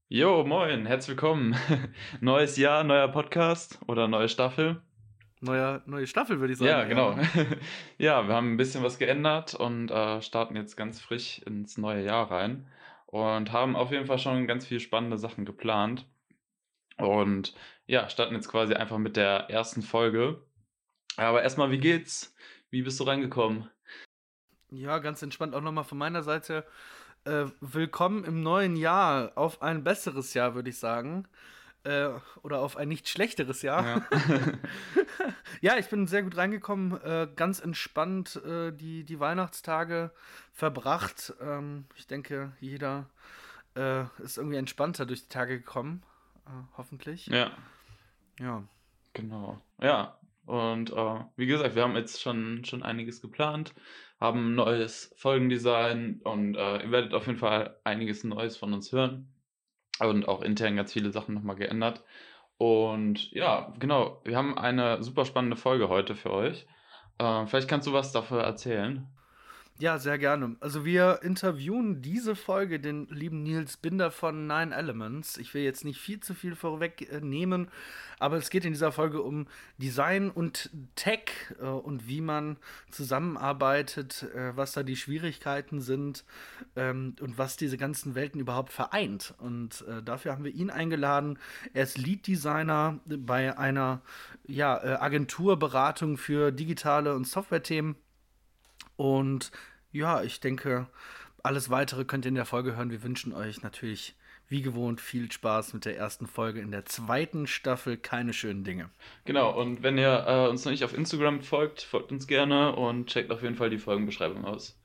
Jo, moin, herzlich willkommen. Neues Jahr, neuer Podcast oder neue Staffel. Neue Staffel, würde ich sagen, Ja, eher, genau. ne? Ja, wir haben ein bisschen was geändert und starten jetzt ganz frisch ins neue Jahr rein und haben auf jeden Fall schon ganz viele spannende Sachen geplant. Und ja, starten jetzt quasi einfach mit der ersten Folge. Aber erstmal, wie geht's? Wie bist du reingekommen? Ja, ganz entspannt auch nochmal von meiner Seite. Willkommen im neuen Jahr, auf ein besseres Jahr, würde ich sagen. Oder auf ein nicht schlechteres Jahr. Ja. Ja, ich bin sehr gut reingekommen, ganz entspannt die Weihnachtstage verbracht. Ich denke, jeder ist irgendwie entspannter durch die Tage gekommen, hoffentlich. Ja. Ja. Genau, ja. Und wie gesagt, wir haben jetzt schon einiges geplant, haben ein neues Folgendesign und ihr werdet auf jeden Fall einiges Neues von uns hören und auch intern ganz viele Sachen nochmal geändert. Und ja, genau, wir haben eine super spannende Folge heute für euch. Vielleicht kannst du was dafür erzählen. Ja, sehr gerne. Also wir interviewen diese Folge den lieben Nils Binder von Nine Elements. Ich will jetzt nicht viel zu viel vorwegnehmen, aber es geht in dieser Folge um Design und Tech und wie man zusammenarbeitet, was da die Schwierigkeiten sind und was diese ganzen Welten überhaupt vereint. Und dafür haben wir ihn eingeladen. Er ist Lead Designer bei einer Agenturberatung für digitale und Software-Themen. Und ja, ich denke, alles weitere könnt ihr in der Folge hören. Wir wünschen euch natürlich wie gewohnt viel Spaß mit der ersten Folge in der zweiten Staffel Keine schönen Dinge. Genau, und wenn ihr uns noch nicht auf Instagram folgt, folgt uns gerne und checkt auf jeden Fall die Folgenbeschreibung aus.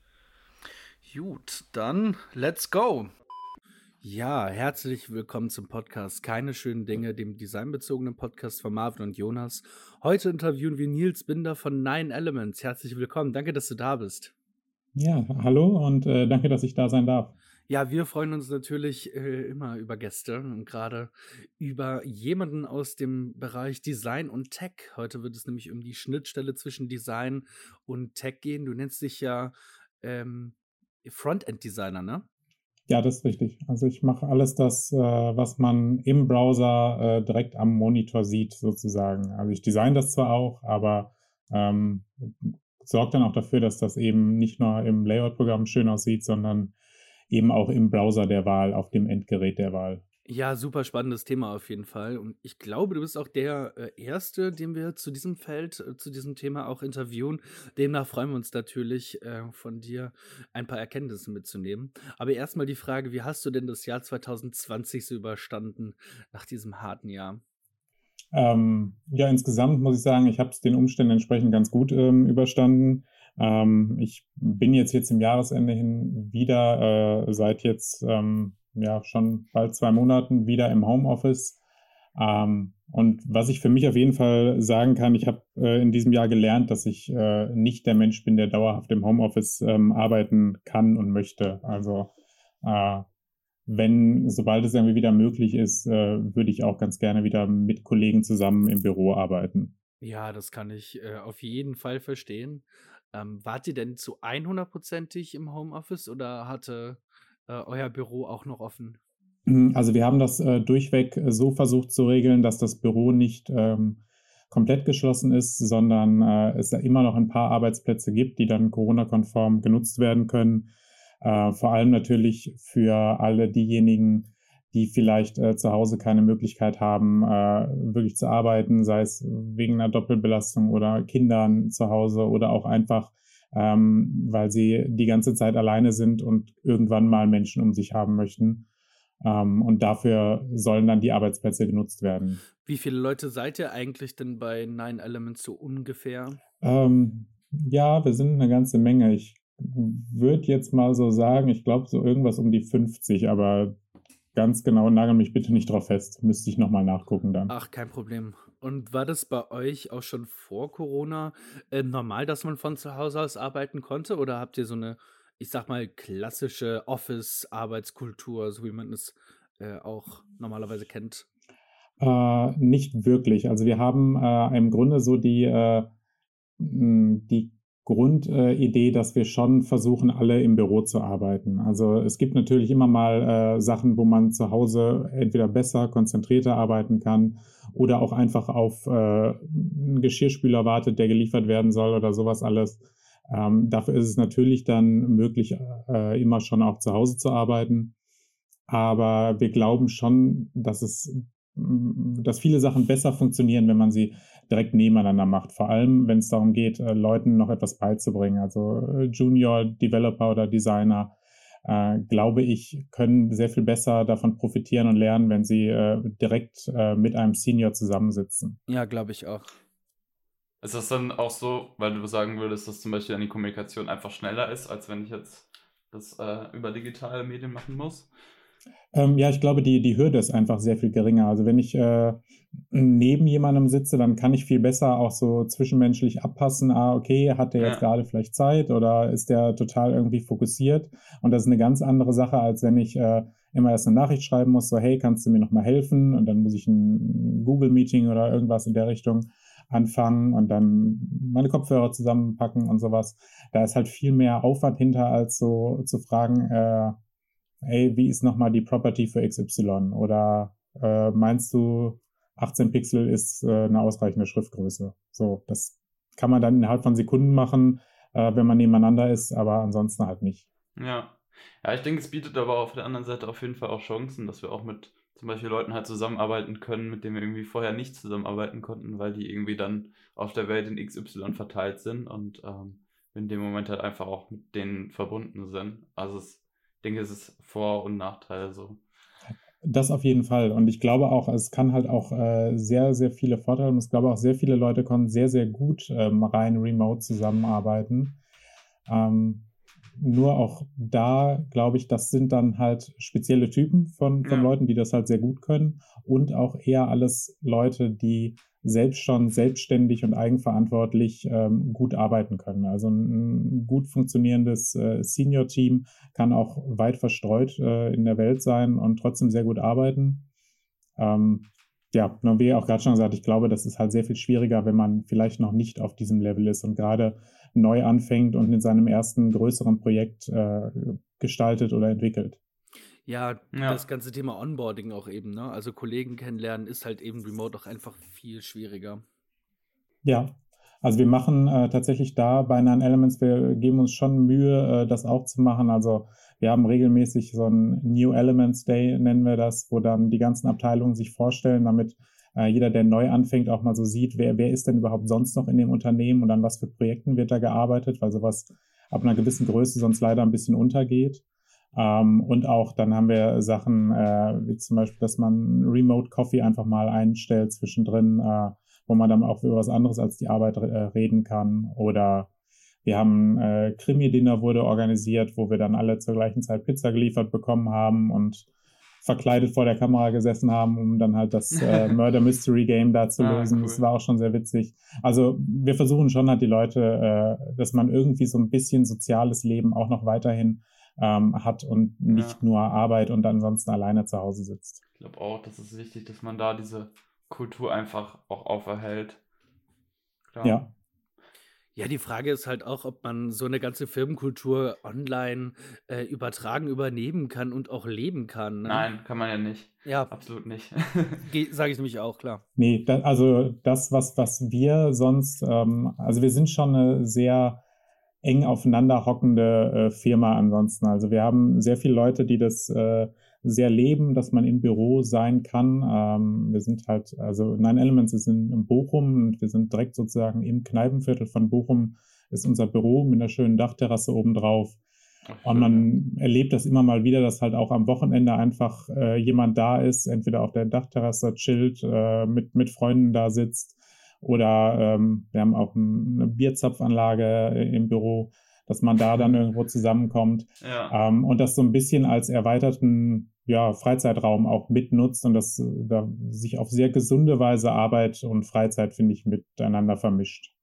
Gut, dann let's go. Ja, herzlich willkommen zum Podcast Keine schönen Dinge, dem designbezogenen Podcast von Marvin und Jonas. Heute interviewen wir Nils Binder von Nine Elements. Herzlich willkommen. Danke, dass du da bist. Ja, hallo und danke, dass ich da sein darf. Ja, wir freuen uns natürlich immer über Gäste und gerade über jemanden aus dem Bereich Design und Tech. Heute wird es nämlich um die Schnittstelle zwischen Design und Tech gehen. Du nennst dich ja ähm, Frontend-Designer, ne? Ja, das ist richtig. Also ich mache alles das, was man im Browser direkt am Monitor sieht, sozusagen. Also ich design das zwar auch, aber ähm, sorge dann auch dafür, dass das eben nicht nur im Layout-Programm schön aussieht, sondern eben auch im Browser der Wahl, auf dem Endgerät der Wahl. Ja, super spannendes Thema auf jeden Fall. Und ich glaube, du bist auch der Erste, den wir zu diesem Feld, zu diesem Thema auch interviewen. Demnach freuen wir uns natürlich, von dir ein paar Erkenntnisse mitzunehmen. Aber erstmal die Frage, wie hast du denn das Jahr 2020 so überstanden nach diesem harten Jahr? Ja, insgesamt muss ich sagen, ich habe es den Umständen entsprechend ganz gut überstanden. Ich bin jetzt im Jahresende hin wieder seit jetzt ja schon bald 2 Monaten wieder im Homeoffice. Und was ich für mich auf jeden Fall sagen kann, ich habe in diesem Jahr gelernt, dass ich nicht der Mensch bin, der dauerhaft im Homeoffice arbeiten kann und möchte. Also äh, sobald es irgendwie wieder möglich ist, würde ich auch ganz gerne wieder mit Kollegen zusammen im Büro arbeiten. Ja, das kann ich auf jeden Fall verstehen. Wart ihr denn zu 100%ig im Homeoffice oder hatte euer Büro auch noch offen? Also wir haben das durchweg so versucht zu regeln, dass das Büro nicht komplett geschlossen ist, sondern es da immer noch ein paar Arbeitsplätze gibt, die dann Corona-konform genutzt werden können. Vor allem natürlich für alle diejenigen, die vielleicht zu Hause keine Möglichkeit haben, wirklich zu arbeiten, sei es wegen einer Doppelbelastung oder Kindern zu Hause oder auch einfach, weil sie die ganze Zeit alleine sind und irgendwann mal Menschen um sich haben möchten. Und dafür sollen dann die Arbeitsplätze genutzt werden. Wie viele Leute seid ihr eigentlich denn bei Nine Elements so ungefähr? Ja, wir sind eine ganze Menge. Ich würde jetzt mal so sagen, ich glaube so irgendwas um die 50, aber ganz genau nagel mich bitte nicht drauf fest. Müsste ich nochmal nachgucken dann. Ach, kein Problem. Und war das bei euch auch schon vor Corona normal, dass man von zu Hause aus arbeiten konnte? Oder habt ihr so eine, ich sag mal, klassische Office-Arbeitskultur, so wie man es auch normalerweise kennt? Nicht wirklich. Also wir haben im Grunde so die Grundidee, dass wir schon versuchen, alle im Büro zu arbeiten. Also es gibt natürlich immer mal Sachen, wo man zu Hause entweder besser, konzentrierter arbeiten kann oder auch einfach auf einen Geschirrspüler wartet, der geliefert werden soll oder sowas alles. Dafür ist es natürlich dann möglich, immer schon auch zu Hause zu arbeiten. Aber wir glauben schon, dass viele Sachen besser funktionieren, wenn man sie direkt nebeneinander macht. Vor allem, wenn es darum geht, Leuten noch etwas beizubringen. Also Junior Developer oder Designer, glaube ich, können sehr viel besser davon profitieren und lernen, wenn sie direkt mit einem Senior zusammensitzen. Ja, glaube ich auch. Ist das dann auch so, weil du sagen würdest, dass zum Beispiel dann die Kommunikation einfach schneller ist, als wenn ich jetzt das über digitale Medien machen muss? Ja, ich glaube, die Hürde ist einfach sehr viel geringer. Also wenn ich neben jemandem sitze, dann kann ich viel besser auch so zwischenmenschlich abpassen. Okay, hat der jetzt gerade vielleicht Zeit oder ist der total irgendwie fokussiert? Und das ist eine ganz andere Sache, als wenn ich immer erst eine Nachricht schreiben muss, so hey, kannst du mir nochmal helfen? Und dann muss ich ein Google-Meeting oder irgendwas in der Richtung anfangen und dann meine Kopfhörer zusammenpacken und sowas. Da ist halt viel mehr Aufwand hinter, als so zu fragen, hey, wie ist nochmal die Property für XY? Oder meinst du, 18 Pixel ist eine ausreichende Schriftgröße? So, das kann man dann innerhalb von Sekunden machen, wenn man nebeneinander ist, aber ansonsten halt nicht. Ja. Ja, ich denke, es bietet aber auf der anderen Seite auf jeden Fall auch Chancen, dass wir auch mit zum Beispiel Leuten halt zusammenarbeiten können, mit denen wir irgendwie vorher nicht zusammenarbeiten konnten, weil die irgendwie dann auf der Welt in XY verteilt sind und in dem Moment halt einfach auch mit denen verbunden sind. Also ich denke, es ist Vor- und Nachteile so. Das auf jeden Fall. Und ich glaube auch, es kann halt auch sehr, sehr viele Vorteile haben. Ich glaube auch, sehr viele Leute können sehr, sehr gut rein remote zusammenarbeiten. Nur auch da glaube ich, das sind dann halt spezielle Typen von Leuten, die das halt sehr gut können und auch eher alles Leute, die schon selbstständig und eigenverantwortlich gut arbeiten können. Also ein gut funktionierendes Senior-Team kann auch weit verstreut in der Welt sein und trotzdem sehr gut arbeiten. Ja, wie auch gerade schon gesagt, ich glaube, das ist halt sehr viel schwieriger, wenn man vielleicht noch nicht auf diesem Level ist und gerade neu anfängt und in seinem ersten größeren Projekt gestaltet oder entwickelt. Ja, das ganze Thema Onboarding auch eben, ne? Also Kollegen kennenlernen ist halt eben remote auch einfach viel schwieriger. Ja, also wir machen tatsächlich da bei 9 Elements, wir geben uns schon Mühe, das auch zu machen. Also wir haben regelmäßig so einen New Elements Day, nennen wir das, wo dann die ganzen Abteilungen sich vorstellen, damit jeder, der neu anfängt, auch mal so sieht, wer ist denn überhaupt sonst noch in dem Unternehmen und an was für Projekten wird da gearbeitet, weil sowas ab einer gewissen Größe sonst leider ein bisschen untergeht. Und auch dann haben wir Sachen wie zum Beispiel, dass man Remote Coffee einfach mal einstellt zwischendrin, wo man dann auch über was anderes als die Arbeit reden kann. Oder wir haben Krimi-Dinner wurde organisiert, wo wir dann alle zur gleichen Zeit Pizza geliefert bekommen haben und verkleidet vor der Kamera gesessen haben, um dann halt das Murder Mystery Game da zu lösen. Cool. Das war auch schon sehr witzig. Also wir versuchen schon halt die Leute, dass man irgendwie so ein bisschen soziales Leben auch noch weiterhin hat und nicht nur Arbeit und ansonsten alleine zu Hause sitzt. Ich glaube auch, das ist wichtig, dass man da diese Kultur einfach auch auferhält. Klar. Ja. Ja, die Frage ist halt auch, ob man so eine ganze Firmenkultur online übernehmen kann und auch leben kann. Ne? Nein, kann man ja nicht. Ja. Absolut nicht. Sage ich nämlich auch, klar. Nee, also das, was wir sonst, also wir sind schon eine sehr eng aufeinander hockende Firma ansonsten. Also wir haben sehr viele Leute, die das sehr leben, dass man im Büro sein kann. Wir sind halt, also 9 Elements ist in Bochum und wir sind direkt sozusagen im Kneipenviertel von Bochum ist unser Büro mit einer schönen Dachterrasse obendrauf. Und man erlebt das immer mal wieder, dass halt auch am Wochenende einfach jemand da ist, entweder auf der Dachterrasse chillt, mit Freunden da sitzt oder wir haben auch eine Bierzapfanlage im Büro, dass man da dann irgendwo zusammenkommt und das so ein bisschen als erweiterten Freizeitraum auch mitnutzt und das da sich auf sehr gesunde Weise Arbeit und Freizeit, finde ich, miteinander vermischt.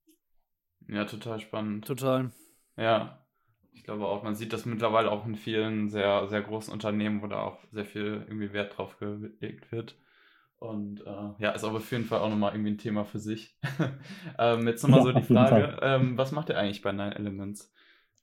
Ja, total spannend. Total. Ja, ich glaube auch, man sieht das mittlerweile auch in vielen sehr, sehr großen Unternehmen, wo da auch sehr viel irgendwie Wert drauf gelegt wird. Und ja, ist aber auf jeden Fall auch nochmal irgendwie ein Thema für sich. Jetzt nochmal Ja, so die auf jeden Frage, Fall. was macht ihr eigentlich bei Nine Elements?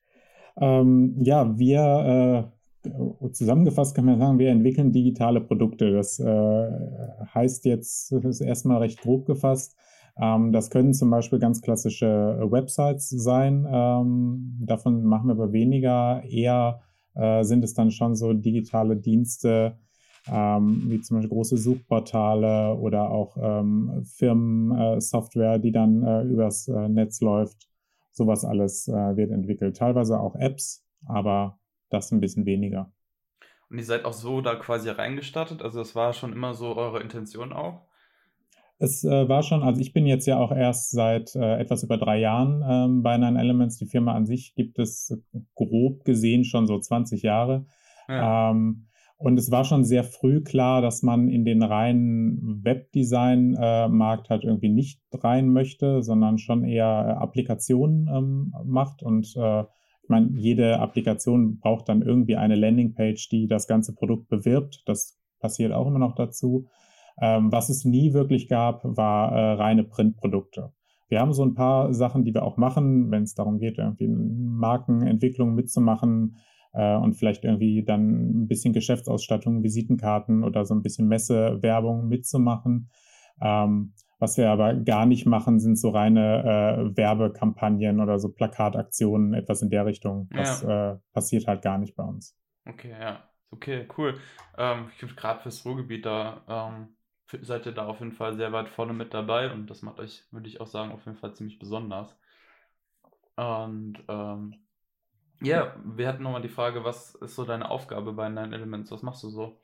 Ja, wir zusammengefasst kann man sagen, wir entwickeln digitale Produkte. Das heißt jetzt, das ist erstmal recht grob gefasst. Das können zum Beispiel ganz klassische Websites sein. Davon machen wir aber weniger. Eher sind es dann schon so digitale Dienste, wie zum Beispiel große Suchportale oder auch Firmensoftware, die dann übers Netz läuft. Sowas alles wird entwickelt. Teilweise auch Apps, aber das ein bisschen weniger. Und ihr seid auch so da quasi reingestartet? Also das war schon immer so eure Intention auch? Es war schon, also ich bin jetzt ja auch erst seit etwas über 3 Jahren bei Nine Elements. Die Firma an sich gibt es grob gesehen schon so 20 Jahre. Ja. Und es war schon sehr früh klar, dass man in den reinen Webdesign-Markt halt irgendwie nicht rein möchte, sondern schon eher Applikationen macht. Und ich meine, jede Applikation braucht dann irgendwie eine Landingpage, die das ganze Produkt bewirbt. Das passiert auch immer noch dazu. Was es nie wirklich gab, war reine Printprodukte. Wir haben so ein paar Sachen, die wir auch machen, wenn es darum geht, irgendwie Markenentwicklung mitzumachen und vielleicht irgendwie dann ein bisschen Geschäftsausstattung, Visitenkarten oder so ein bisschen Messewerbung mitzumachen. Was wir aber gar nicht machen, sind so reine Werbekampagnen oder so Plakataktionen, etwas in der Richtung. Das Ja. passiert halt gar nicht bei uns. Okay, ja. Okay, cool. Ich finde gerade fürs Ruhrgebiet da seid ihr da auf jeden Fall sehr weit vorne mit dabei und das macht euch, würde ich auch sagen, auf jeden Fall ziemlich besonders. Und ja, wir hatten nochmal die Frage, was ist so deine Aufgabe bei Nine Elements? Was machst du so?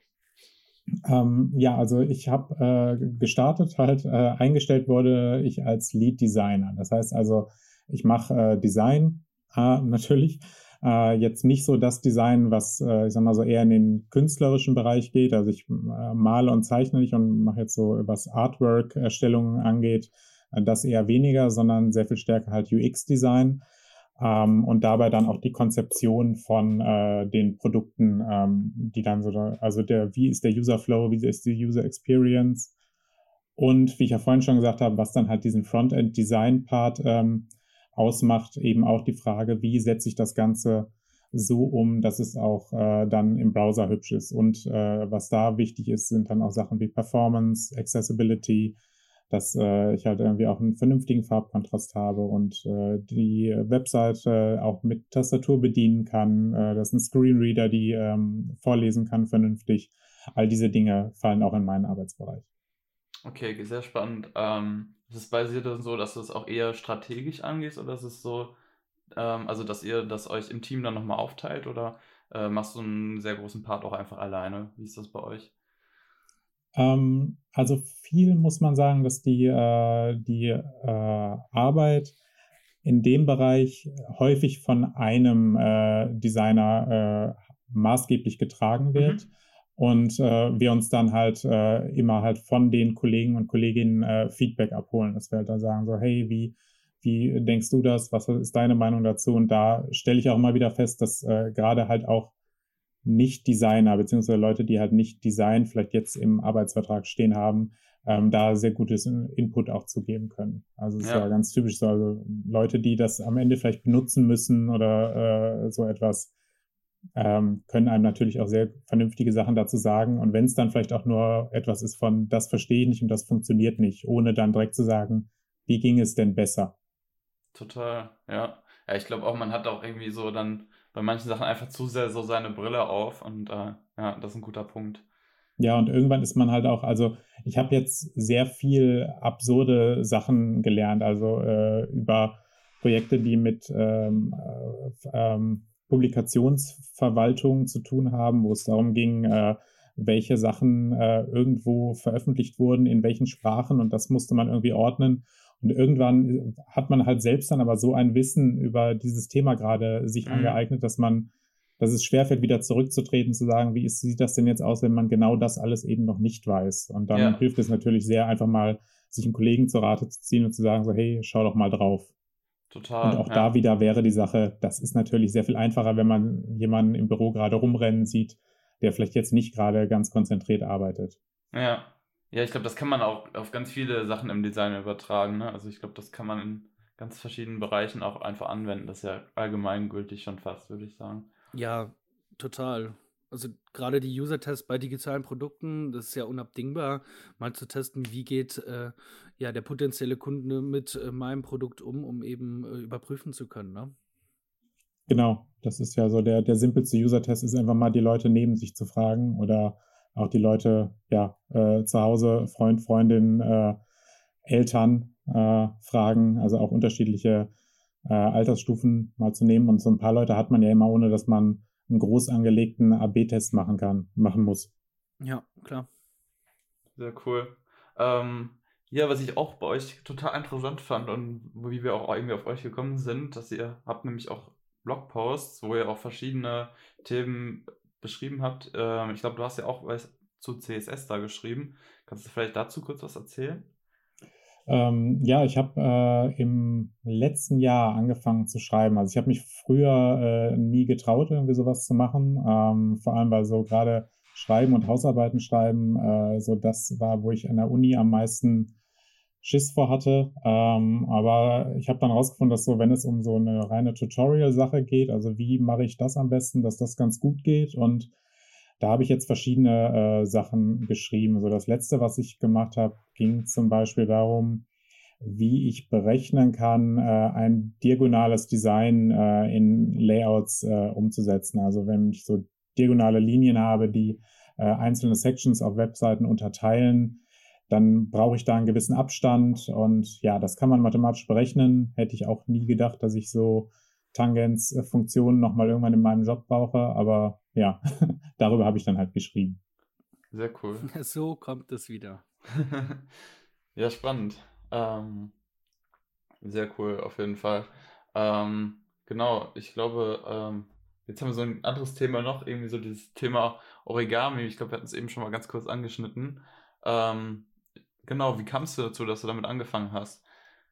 Ja, also ich habe gestartet, halt eingestellt wurde ich als Lead Designer. Das heißt also, ich mache Design natürlich. Jetzt nicht so das Design, was ich sag mal so eher in den künstlerischen Bereich geht. Also ich male und zeichne nicht und mache jetzt so, was Artwork-Erstellungen angeht, das eher weniger, sondern sehr viel stärker halt UX-Design. Und dabei dann auch die Konzeption von den Produkten, die dann so, also wie ist der User Flow, wie ist die User Experience und wie ich ja vorhin schon gesagt habe, was dann halt diesen Frontend-Design-Part ausmacht, eben auch die Frage, wie setze ich das Ganze so um, dass es auch dann im Browser hübsch ist. Und was da wichtig ist, sind dann auch Sachen wie Performance, Accessibility, dass ich halt irgendwie auch einen vernünftigen Farbkontrast habe und die Webseite auch mit Tastatur bedienen kann, dass ein Screenreader die vorlesen kann vernünftig. All diese Dinge fallen auch in meinen Arbeitsbereich. Okay, sehr spannend. Ist es bei dir dann so, dass du es auch eher strategisch angehst oder ist es so, also dass ihr das euch im Team dann nochmal aufteilt oder machst du einen sehr großen Part auch einfach alleine? Wie ist das bei euch? Also viel muss man sagen, dass die Arbeit in dem Bereich häufig von einem Designer maßgeblich getragen wird. Und wir uns dann halt immer halt von den Kollegen und Kolleginnen Feedback abholen. Dass wir halt dann sagen so, hey, wie denkst du das? Was ist deine Meinung dazu? Und da stelle ich auch immer wieder fest, dass gerade halt auch Nicht-Designer, beziehungsweise Leute, die halt nicht Design vielleicht jetzt im Arbeitsvertrag stehen haben, da sehr gutes Input auch zu geben können. Also es ist ja Ja, ganz typisch so, also Leute, die das am Ende vielleicht benutzen müssen oder so etwas, können einem natürlich auch sehr vernünftige Sachen dazu sagen. Und wenn es dann vielleicht auch nur etwas ist von, das verstehe ich nicht und das funktioniert nicht, ohne dann direkt zu sagen, wie ging es denn besser? total. Ja. Ja, ich glaube auch, man hat auch irgendwie so dann bei manchen Sachen einfach zu sehr so seine Brille auf und ja, das ist ein guter Punkt. Ja, und irgendwann ist man halt auch, also ich habe jetzt sehr viel absurde Sachen gelernt, also über Projekte, die mit Publikationsverwaltung zu tun haben, wo es darum ging, welche Sachen irgendwo veröffentlicht wurden, in welchen Sprachen und das musste man irgendwie ordnen. Und irgendwann hat man halt selbst dann aber so ein Wissen über dieses Thema gerade sich angeeignet, dass es schwerfällt, wieder zurückzutreten, zu sagen, sieht das denn jetzt aus, wenn man genau das alles eben noch nicht weiß? Und dann Ja, hilft es natürlich sehr, einfach mal sich einen Kollegen zur Rate zu ziehen und zu sagen, so, hey, schau doch mal drauf. Und total. auch da Ja. wieder wäre die Sache, das ist natürlich sehr viel einfacher, wenn man jemanden im Büro gerade rumrennen sieht, der vielleicht jetzt nicht gerade ganz konzentriert arbeitet. Ja. Ja, ich glaube, das kann man auch auf ganz viele Sachen im Design übertragen, ne? Also ich glaube, das kann man in ganz verschiedenen Bereichen auch einfach anwenden. Das ist ja allgemeingültig schon fast, würde ich sagen. Ja, total. Also gerade die User-Tests bei digitalen Produkten, das ist ja unabdingbar, mal zu testen, wie geht ja der potenzielle Kunde mit meinem Produkt um eben überprüfen zu können, ne? Genau, das ist ja so der simpelste User-Test ist einfach mal die Leute neben sich zu fragen oder auch die Leute, ja, zu Hause, Freund, Freundin, Eltern fragen, also auch unterschiedliche Altersstufen mal zu nehmen. Und so ein paar Leute hat man ja immer, ohne dass man einen groß angelegten AB-Test machen muss. Ja, klar. Sehr cool. Ähm, ja, was ich auch bei euch total interessant fand und wie wir auch irgendwie auf euch gekommen sind, dass ihr habt nämlich auch Blogposts, wo ihr auch verschiedene Themen beschrieben habt. Ich glaube, du hast ja auch was zu CSS da geschrieben. Kannst du vielleicht dazu kurz was erzählen? Ja, ich habe im letzten Jahr angefangen zu schreiben. Also ich habe mich früher nie getraut, irgendwie sowas zu machen. Vor allem, weil so gerade Schreiben und Hausarbeiten schreiben, so das war, wo ich an der Uni am meisten Schiss vor hatte. Aber ich habe dann rausgefunden, dass so, wenn es um so eine reine Tutorial-Sache geht, also wie mache ich das am besten, dass das ganz gut geht. Und da habe ich jetzt verschiedene Sachen geschrieben. So das letzte, was ich gemacht habe, ging zum Beispiel darum, wie ich berechnen kann, ein diagonales Design in Layouts umzusetzen. Also wenn ich so diagonale Linien habe, die einzelne Sections auf Webseiten unterteilen, dann brauche ich da einen gewissen Abstand und ja, das kann man mathematisch berechnen. Hätte ich auch nie gedacht, dass ich so Tangents-Funktionen nochmal irgendwann in meinem Job brauche, aber ja, darüber habe ich dann halt geschrieben. Sehr cool. So kommt es wieder. Ja, spannend. Sehr cool, auf jeden Fall. Genau, ich glaube, jetzt haben wir so ein anderes Thema noch, irgendwie so dieses Thema Origami. Ich glaube, wir hatten es eben schon mal ganz kurz angeschnitten. Ähm, genau, wie kamst du dazu, dass du damit angefangen hast?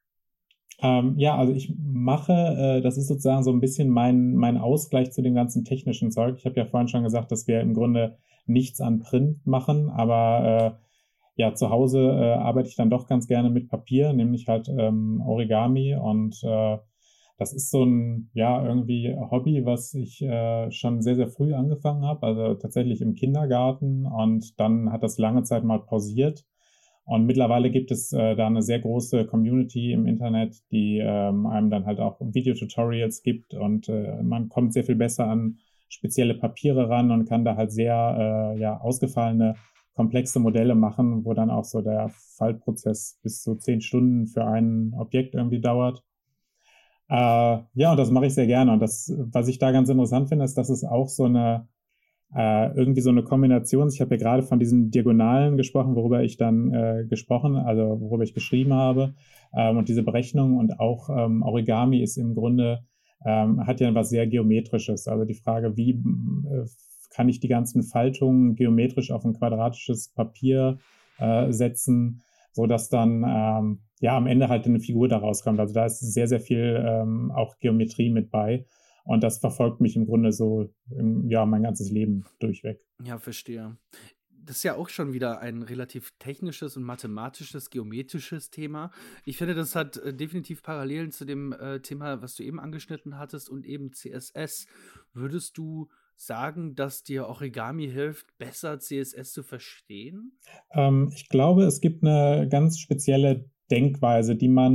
Ja, also ich mache, das ist sozusagen so ein bisschen mein Ausgleich zu dem ganzen technischen Zeug. Ich habe ja vorhin schon gesagt, dass wir im Grunde nichts an Print machen, aber ja, zu Hause arbeite ich dann doch ganz gerne mit Papier, nämlich halt Origami und das ist so ein, ja, irgendwie Hobby, was ich schon sehr, sehr früh angefangen habe, also tatsächlich im Kindergarten und dann hat das lange Zeit mal pausiert. Und mittlerweile gibt es da eine sehr große Community im Internet, die einem dann halt auch Videotutorials gibt und man kommt sehr viel besser an spezielle Papiere ran und kann da halt sehr ja, ausgefallene, komplexe Modelle machen, wo dann auch so der Faltprozess bis zu 10 Stunden für ein Objekt irgendwie dauert. Ja, und das mache ich sehr gerne. Und das, was ich da ganz interessant finde, ist, dass es auch so eine irgendwie so eine Kombination. Ich habe ja gerade von diesen Diagonalen gesprochen, worüber ich dann also worüber ich geschrieben habe. Und diese Berechnung und auch Origami ist im Grunde, hat ja was sehr Geometrisches. Also die Frage, wie kann ich die ganzen Faltungen geometrisch auf ein quadratisches Papier setzen, so dass dann ja am Ende halt eine Figur daraus kommt. Also da ist sehr, sehr viel auch Geometrie mit bei. Und das verfolgt mich im Grunde so ja, mein ganzes Leben durchweg. Ja, verstehe. Das ist ja auch schon wieder ein relativ technisches und mathematisches, geometrisches Thema. Ich finde, das hat definitiv Parallelen zu dem Thema, was du eben angeschnitten hattest und eben CSS. Würdest du sagen, dass dir Origami hilft, besser CSS zu verstehen? Ich glaube, es gibt eine ganz spezielle Denkweise,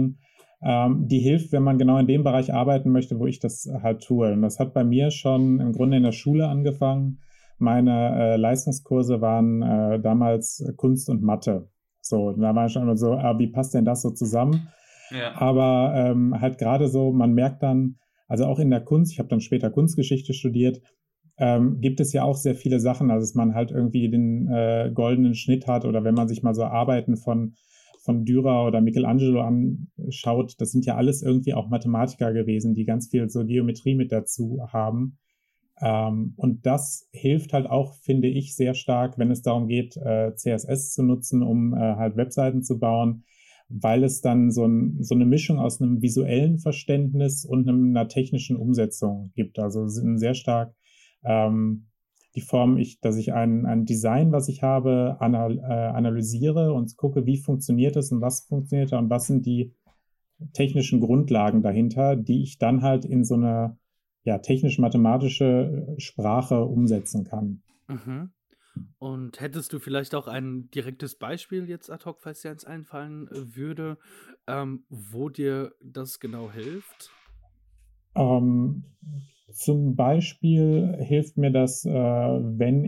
die hilft, wenn man genau in dem Bereich arbeiten möchte, wo ich das halt tue. Und das hat bei mir schon im Grunde in der Schule angefangen. Meine Leistungskurse waren damals Kunst und Mathe. So, da war schon immer so, wie passt denn das so zusammen? Ja. Aber halt gerade so, man merkt dann, also auch in der Kunst, ich habe dann später Kunstgeschichte studiert, gibt es ja auch sehr viele Sachen, also dass man halt irgendwie den goldenen Schnitt hat oder wenn man sich mal so Arbeiten von Dürer oder Michelangelo anschaut, das sind ja alles irgendwie auch Mathematiker gewesen, die ganz viel so Geometrie mit dazu haben. Und das hilft halt auch, finde ich, sehr stark, wenn es darum geht, CSS zu nutzen, um halt Webseiten zu bauen, weil es dann so eine Mischung aus einem visuellen Verständnis und einer technischen Umsetzung gibt. Also sind sehr stark die Form, dass ich ein Design, was ich habe, analysiere und gucke, wie funktioniert es und was funktioniert da und was sind die technischen Grundlagen dahinter, die ich dann halt in so eine technisch-mathematische Sprache umsetzen kann. Mhm. Und hättest du vielleicht auch ein direktes Beispiel jetzt ad hoc, falls dir eins einfallen würde, wo dir das genau hilft? Zum Beispiel hilft mir das, wenn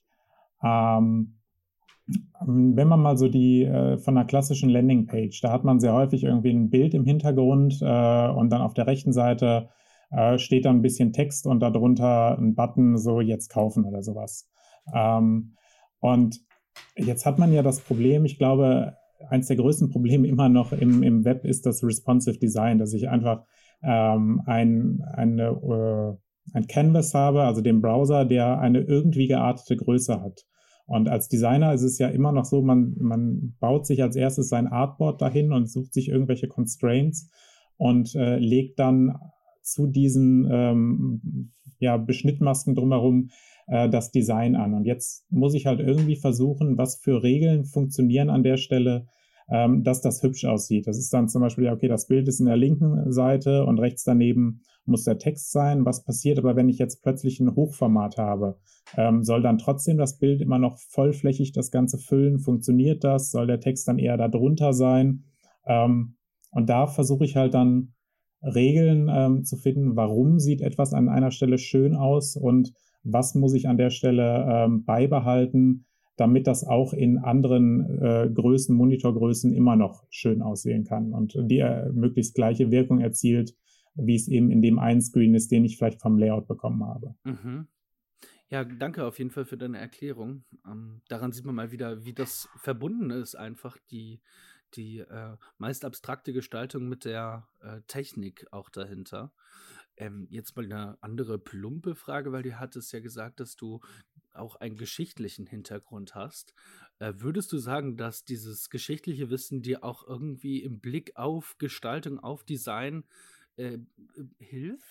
man mal so von einer klassischen Landingpage, da hat man sehr häufig irgendwie ein Bild im Hintergrund und dann auf der rechten Seite steht dann ein bisschen Text und darunter ein Button, so jetzt kaufen oder sowas. Und jetzt hat man ja das Problem, ich glaube, eins der größten Probleme immer noch im Web ist das Responsive Design, dass ich einfach ein Canvas habe, also den Browser, der eine irgendwie geartete Größe hat. Und als Designer ist es ja immer noch so, man baut sich als erstes sein Artboard dahin und sucht sich irgendwelche Constraints und legt dann zu diesen Beschnittmasken drumherum das Design an. Und jetzt muss ich halt irgendwie versuchen, was für Regeln funktionieren an der Stelle, dass das hübsch aussieht. Das ist dann zum Beispiel, okay, das Bild ist in der linken Seite und rechts daneben muss der Text sein. Was passiert aber, wenn ich jetzt plötzlich ein Hochformat habe? Soll dann trotzdem das Bild immer noch vollflächig das Ganze füllen? Funktioniert das? Soll der Text dann eher da drunter sein? Und da versuche ich halt dann Regeln zu finden, warum sieht etwas an einer Stelle schön aus und was muss ich an der Stelle beibehalten, damit das auch in anderen Größen, Monitorgrößen immer noch schön aussehen kann und die möglichst gleiche Wirkung erzielt, wie es eben in dem einen Screen ist, den ich vielleicht vom Layout bekommen habe. Mhm. Ja, danke auf jeden Fall für deine Erklärung. Daran sieht man mal wieder, wie das verbunden ist, einfach die meist abstrakte Gestaltung mit der Technik auch dahinter. Jetzt mal eine andere plumpe Frage, weil du hattest ja gesagt, dass du auch einen geschichtlichen Hintergrund hast. Würdest du sagen, dass dieses geschichtliche Wissen dir auch irgendwie im Blick auf Gestaltung, auf Design hilft?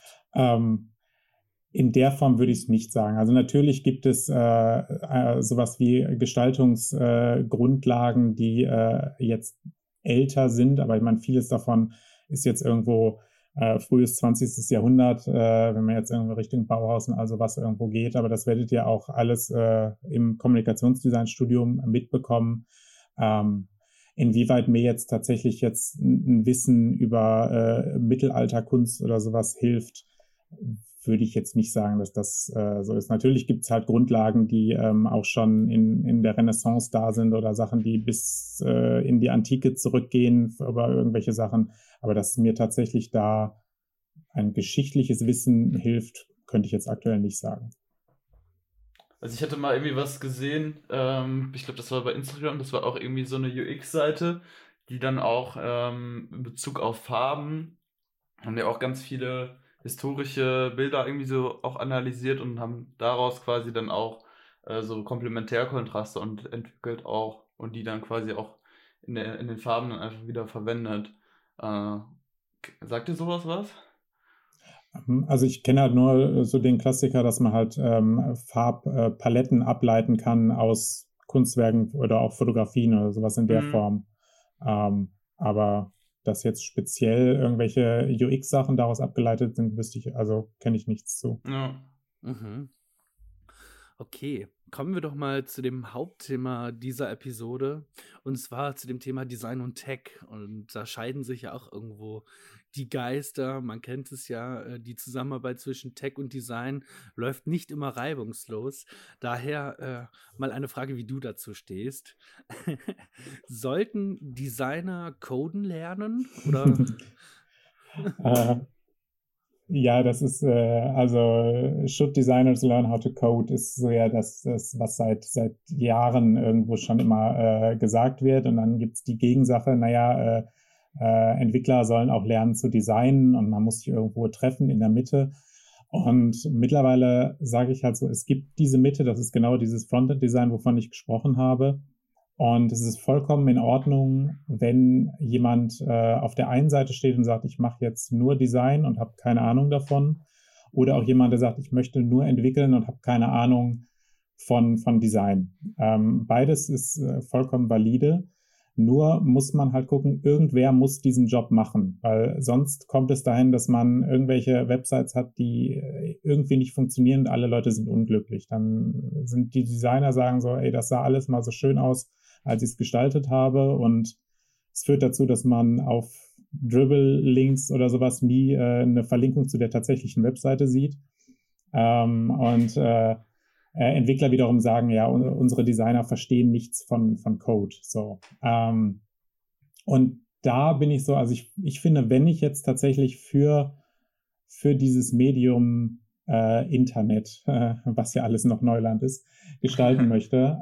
In der Form würde ich es nicht sagen. Also natürlich gibt es sowas wie Gestaltungsgrundlagen, die jetzt älter sind, aber ich meine, vieles davon ist jetzt irgendwo frühes 20. Jahrhundert, wenn man jetzt irgendwo Richtung Bauhaus und also was irgendwo geht, aber das werdet ihr auch alles im Kommunikationsdesign-Studium mitbekommen. Inwieweit mir jetzt tatsächlich ein Wissen über Mittelalterkunst oder sowas hilft, würde ich jetzt nicht sagen, dass das so ist. Natürlich gibt es halt Grundlagen, die auch schon in der Renaissance da sind oder Sachen, die bis in die Antike zurückgehen über irgendwelche Sachen. Aber dass mir tatsächlich da ein geschichtliches Wissen hilft, könnte ich jetzt aktuell nicht sagen. Also ich hatte mal irgendwie was gesehen, ich glaube, das war bei Instagram, das war auch irgendwie so eine UX-Seite, die dann auch in Bezug auf Farben haben ja auch ganz viele historische Bilder irgendwie so auch analysiert und haben daraus quasi dann auch so Komplementärkontraste und entwickelt auch und die dann quasi auch in den Farben dann einfach wieder verwendet. Sagt ihr sowas was? Also ich kenne halt nur so den Klassiker, dass man halt Farbpaletten ableiten kann aus Kunstwerken oder auch Fotografien oder sowas in der Form. Aber dass jetzt speziell irgendwelche UX-Sachen daraus abgeleitet sind, kenne ich nichts zu. Ja. Mhm. Okay, kommen wir doch mal zu dem Hauptthema dieser Episode, und zwar zu dem Thema Design und Tech. Und da scheiden sich ja auch irgendwo die Geister. Man kennt es ja, die Zusammenarbeit zwischen Tech und Design läuft nicht immer reibungslos. Daher mal eine Frage, wie du dazu stehst. Sollten Designer coden lernen? Oder? Ja, das ist, should designers learn how to code, ist so ja das was seit Jahren irgendwo schon immer gesagt wird. Und dann gibt's die Gegensache, Entwickler sollen auch lernen zu designen und man muss sich irgendwo treffen in der Mitte. Und mittlerweile sage ich halt so, es gibt diese Mitte, das ist genau dieses Frontend-Design, wovon ich gesprochen habe. Und es ist vollkommen in Ordnung, wenn jemand auf der einen Seite steht und sagt, ich mache jetzt nur Design und habe keine Ahnung davon. Oder auch jemand, der sagt, ich möchte nur entwickeln und habe keine Ahnung, von Design. Beides ist vollkommen valide. Nur muss man halt gucken, irgendwer muss diesen Job machen, weil sonst kommt es dahin, dass man irgendwelche Websites hat, die irgendwie nicht funktionieren und alle Leute sind unglücklich. Dann sind die Designer sagen so, ey, das sah alles mal so schön aus, als ich es gestaltet habe, und es führt dazu, dass man auf Dribble-Links oder sowas nie eine Verlinkung zu der tatsächlichen Webseite sieht. Entwickler wiederum sagen, ja, unsere Designer verstehen nichts von Code. So. Und da bin ich so, also ich finde, wenn ich jetzt tatsächlich für dieses Medium Internet, was ja alles noch Neuland ist, gestalten möchte,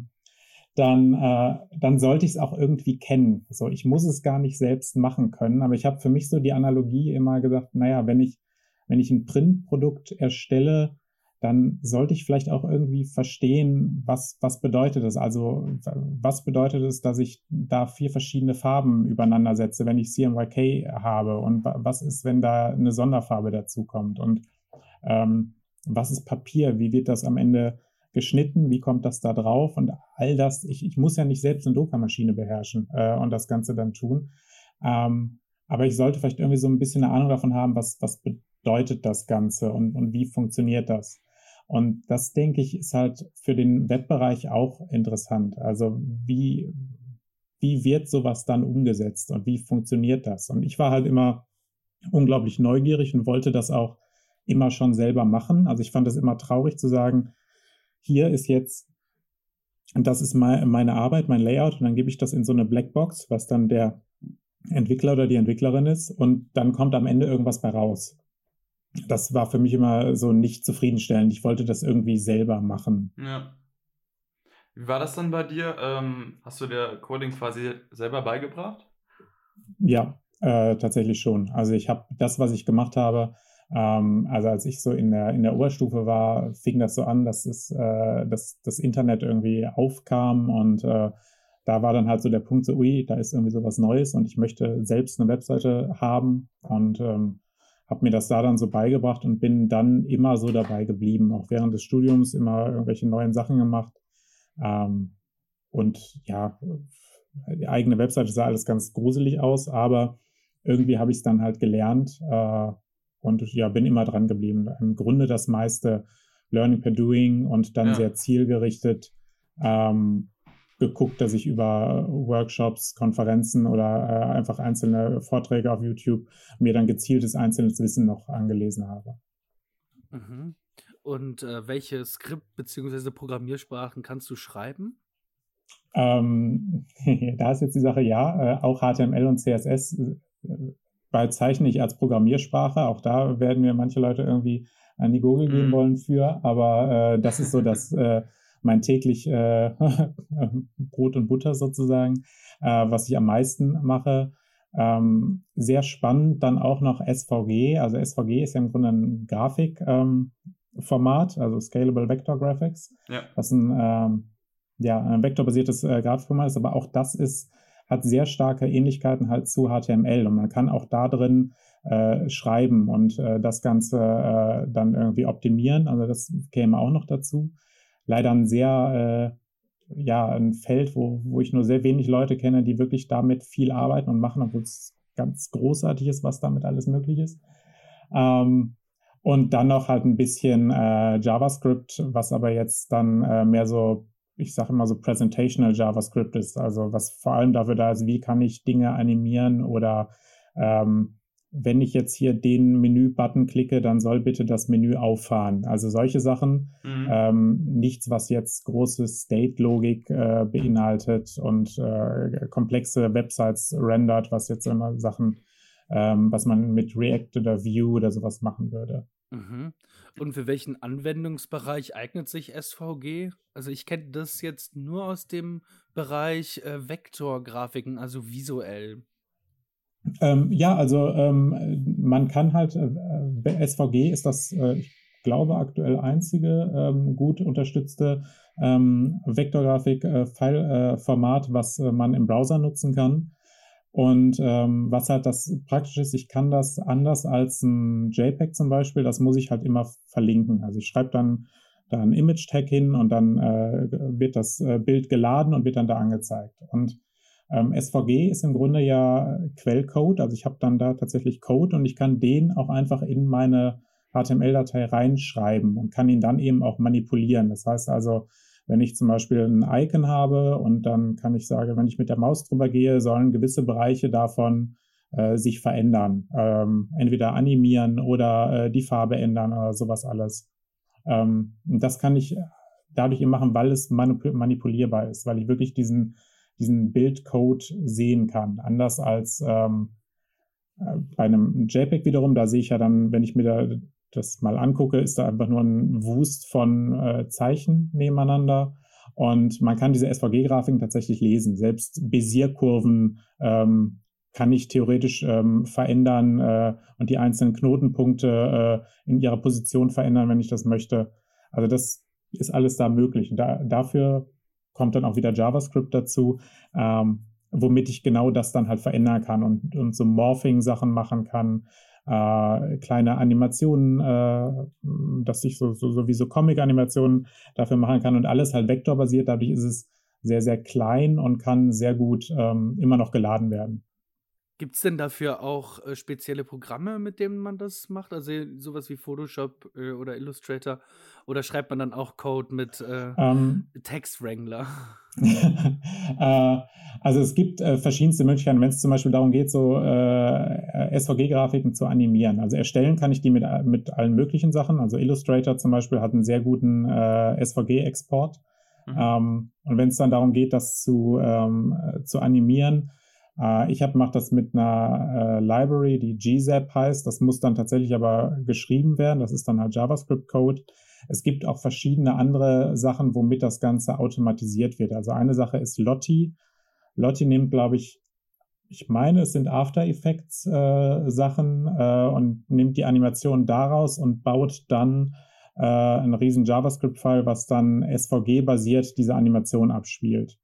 dann sollte ich es auch irgendwie kennen. So, ich muss es gar nicht selbst machen können, aber ich habe für mich so die Analogie immer gesagt, naja, wenn ich ein Printprodukt erstelle, dann sollte ich vielleicht auch irgendwie verstehen, was bedeutet es? Also was bedeutet es, dass ich da 4 verschiedene Farben übereinander setze, wenn ich CMYK habe? Und was ist, wenn da eine Sonderfarbe dazukommt? Und was ist Papier? Wie wird das am Ende geschnitten? Wie kommt das da drauf? Und all das, ich muss ja nicht selbst eine Druckermaschine beherrschen und das Ganze dann tun. Aber ich sollte vielleicht irgendwie so ein bisschen eine Ahnung davon haben, was bedeutet das Ganze und wie funktioniert das? Und das, denke ich, ist halt für den Webbereich auch interessant. Also wie wird sowas dann umgesetzt und wie funktioniert das? Und ich war halt immer unglaublich neugierig und wollte das auch immer schon selber machen. Also ich fand es immer traurig zu sagen, hier ist jetzt, und das ist meine Arbeit, mein Layout, und dann gebe ich das in so eine Blackbox, was dann der Entwickler oder die Entwicklerin ist, und dann kommt am Ende irgendwas bei raus. Das war für mich immer so nicht zufriedenstellend. Ich wollte das irgendwie selber machen. Ja. Wie war das dann bei dir? Hast du dir Coding quasi selber beigebracht? Ja, tatsächlich schon. Also ich habe das, was ich gemacht habe, also als ich so in der Oberstufe war, fing das so an, dass das Internet irgendwie aufkam, und da war dann halt so der Punkt so, ui, da ist irgendwie sowas Neues und ich möchte selbst eine Webseite haben, und habe mir das da dann so beigebracht und bin dann immer so dabei geblieben, auch während des Studiums immer irgendwelche neuen Sachen gemacht. Und ja, die eigene Webseite sah alles ganz gruselig aus, aber irgendwie habe ich es dann halt gelernt und ja, bin immer dran geblieben. Im Grunde das meiste Learning per Doing und dann sehr zielgerichtet geguckt, dass ich über Workshops, Konferenzen oder einfach einzelne Vorträge auf YouTube mir dann gezieltes einzelnes Wissen noch angelesen habe. Mhm. Und welche Skript- bzw. Programmiersprachen kannst du schreiben? Da ist jetzt die Sache, ja, auch HTML und CSS bezeichne ich als Programmiersprache. Auch da werden mir manche Leute irgendwie an die Gurgel gehen wollen für, aber das ist so das mein täglich Brot und Butter sozusagen, was ich am meisten mache. Sehr spannend dann auch noch SVG. Also SVG ist ja im Grunde ein Grafikformat, also Scalable Vector Graphics. Ja. Was ein vektorbasiertes Grafikformat ist, aber auch das hat sehr starke Ähnlichkeiten halt zu HTML, und man kann auch da drin schreiben und das Ganze dann irgendwie optimieren. Also das käme auch noch dazu. Leider ein sehr ein Feld, wo ich nur sehr wenig Leute kenne, die wirklich damit viel arbeiten und machen, obwohl es ganz großartig ist, was damit alles möglich ist. Und dann noch halt ein bisschen JavaScript, was aber jetzt dann mehr so, ich sage immer so Presentational JavaScript ist, also was vor allem dafür da ist, wie kann ich Dinge animieren oder wenn ich jetzt hier den Menü-Button klicke, dann soll bitte das Menü auffahren. Also solche Sachen. Nichts, was jetzt große State-Logik beinhaltet und komplexe Websites rendert, was jetzt immer Sachen, was man mit React oder Vue oder sowas machen würde. Mhm. Und für welchen Anwendungsbereich eignet sich SVG? Also ich kenne das jetzt nur aus dem Bereich Vektorgrafiken, also visuell. Man kann halt, SVG ist das, ich glaube, aktuell einzige gut unterstützte Vektorgrafik-File-Format, was man im Browser nutzen kann. Und was halt das praktisch ist, ich kann das anders als ein JPEG zum Beispiel, das muss ich halt immer verlinken. Also ich schreibe dann da einen Image-Tag hin und dann wird das Bild geladen und wird dann da angezeigt. Und SVG ist im Grunde ja Quellcode, also ich habe dann da tatsächlich Code und ich kann den auch einfach in meine HTML-Datei reinschreiben und kann ihn dann eben auch manipulieren. Das heißt also, wenn ich zum Beispiel ein Icon habe und dann kann ich sagen, wenn ich mit der Maus drüber gehe, sollen gewisse Bereiche davon sich verändern. Entweder animieren oder die Farbe ändern oder sowas alles. Das kann ich dadurch eben machen, weil es manipulierbar ist, weil ich wirklich diesen Bildcode sehen kann. Anders als bei einem JPEG wiederum, da sehe ich ja dann, wenn ich mir das mal angucke, ist da einfach nur ein Wust von Zeichen nebeneinander. Und man kann diese SVG-Grafiken tatsächlich lesen. Selbst Bezier-Kurven kann ich theoretisch verändern und die einzelnen Knotenpunkte in ihrer Position verändern, wenn ich das möchte. Also das ist alles da möglich. Dafür kommt dann auch wieder JavaScript dazu, womit ich genau das dann halt verändern kann und so Morphing-Sachen machen kann, kleine Animationen, dass ich so wie so Comic-Animationen dafür machen kann und alles halt vektorbasiert. Dadurch ist es sehr, sehr klein und kann sehr gut immer noch geladen werden. Gibt es denn dafür auch spezielle Programme, mit denen man das macht? Also sowas wie Photoshop oder Illustrator? Oder schreibt man dann auch Code mit Text Wrangler? Also es gibt verschiedenste Möglichkeiten, wenn es zum Beispiel darum geht, so SVG-Grafiken zu animieren. Also erstellen kann ich die mit allen möglichen Sachen. Also Illustrator zum Beispiel hat einen sehr guten SVG-Export. Und wenn es dann darum geht, das zu animieren, ich mache das mit einer Library, die gzap heißt. Das muss dann tatsächlich aber geschrieben werden. Das ist dann halt JavaScript-Code. Es gibt auch verschiedene andere Sachen, womit das Ganze automatisiert wird. Also eine Sache ist Lottie. Lottie nimmt, glaube ich meine, es sind After Effects Sachen und nimmt die Animation daraus und baut dann einen riesen JavaScript-File, was dann SVG-basiert diese Animation abspielt.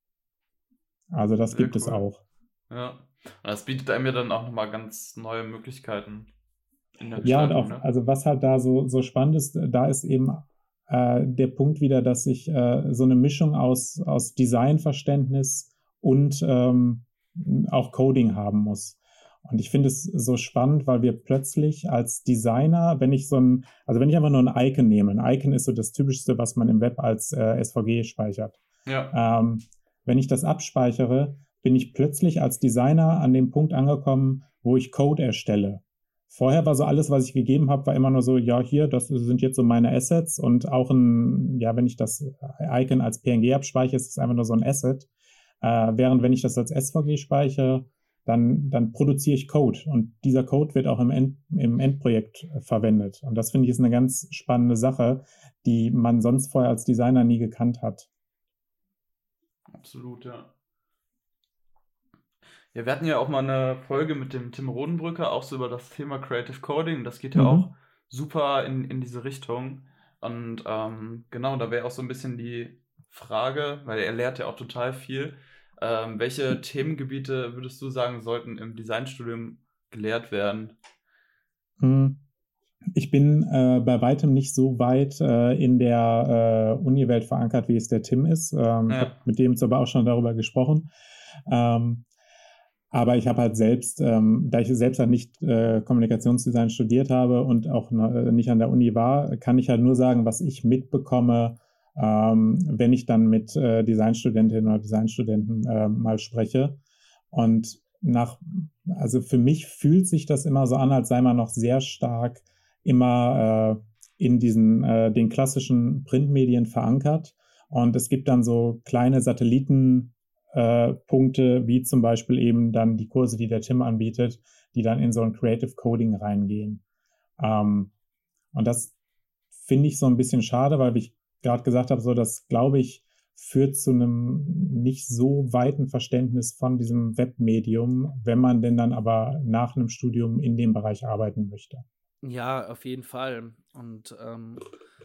Also das gibt es auch. Ja, und das bietet einem ja dann auch nochmal ganz neue Möglichkeiten in der Ja, und Gestaltung, auch, ne? also was halt da so spannend ist, da ist eben der Punkt wieder, dass ich so eine Mischung aus Designverständnis und auch Coding haben muss. Und ich finde es so spannend, weil wir plötzlich als Designer, wenn ich einfach nur ein Icon nehme, ein Icon ist so das Typischste, was man im Web als SVG speichert. Ja. Wenn ich das abspeichere, bin ich plötzlich als Designer an dem Punkt angekommen, wo ich Code erstelle. Vorher war so alles, was ich gegeben habe, war immer nur so, ja, hier, das sind jetzt so meine Assets und auch wenn ich das Icon als PNG abspeichere, ist es einfach nur so ein Asset. Während wenn ich das als SVG speichere, dann produziere ich Code und dieser Code wird auch im Endprojekt verwendet. Und das finde ich ist eine ganz spannende Sache, die man sonst vorher als Designer nie gekannt hat. Absolut, ja. Ja, wir hatten ja auch mal eine Folge mit dem Tim Rodenbrücker, auch so über das Thema Creative Coding. Das geht ja auch super in diese Richtung. Und genau, da wäre auch so ein bisschen die Frage, weil er lehrt ja auch total viel. Welche Themengebiete würdest du sagen, sollten im Designstudium gelehrt werden? Ich bin bei weitem nicht so weit in der Uni-Welt verankert, wie es der Tim ist. Ich habe mit dem aber auch schon darüber gesprochen. Aber ich habe halt selbst, da ich selbst halt nicht Kommunikationsdesign studiert habe und auch nicht an der Uni war, kann ich halt nur sagen, was ich mitbekomme, wenn ich dann mit Designstudentinnen oder Designstudenten mal spreche. Und also für mich fühlt sich das immer so an, als sei man noch sehr stark immer in den klassischen Printmedien verankert. Und es gibt dann so kleine Satellitenpunkte, wie zum Beispiel eben dann die Kurse, die der Tim anbietet, die dann in so ein Creative Coding reingehen. Und das finde ich so ein bisschen schade, weil ich gerade gesagt habe, so das, glaube ich, führt zu einem nicht so weiten Verständnis von diesem Webmedium, wenn man denn dann aber nach einem Studium in dem Bereich arbeiten möchte. Ja, auf jeden Fall. Und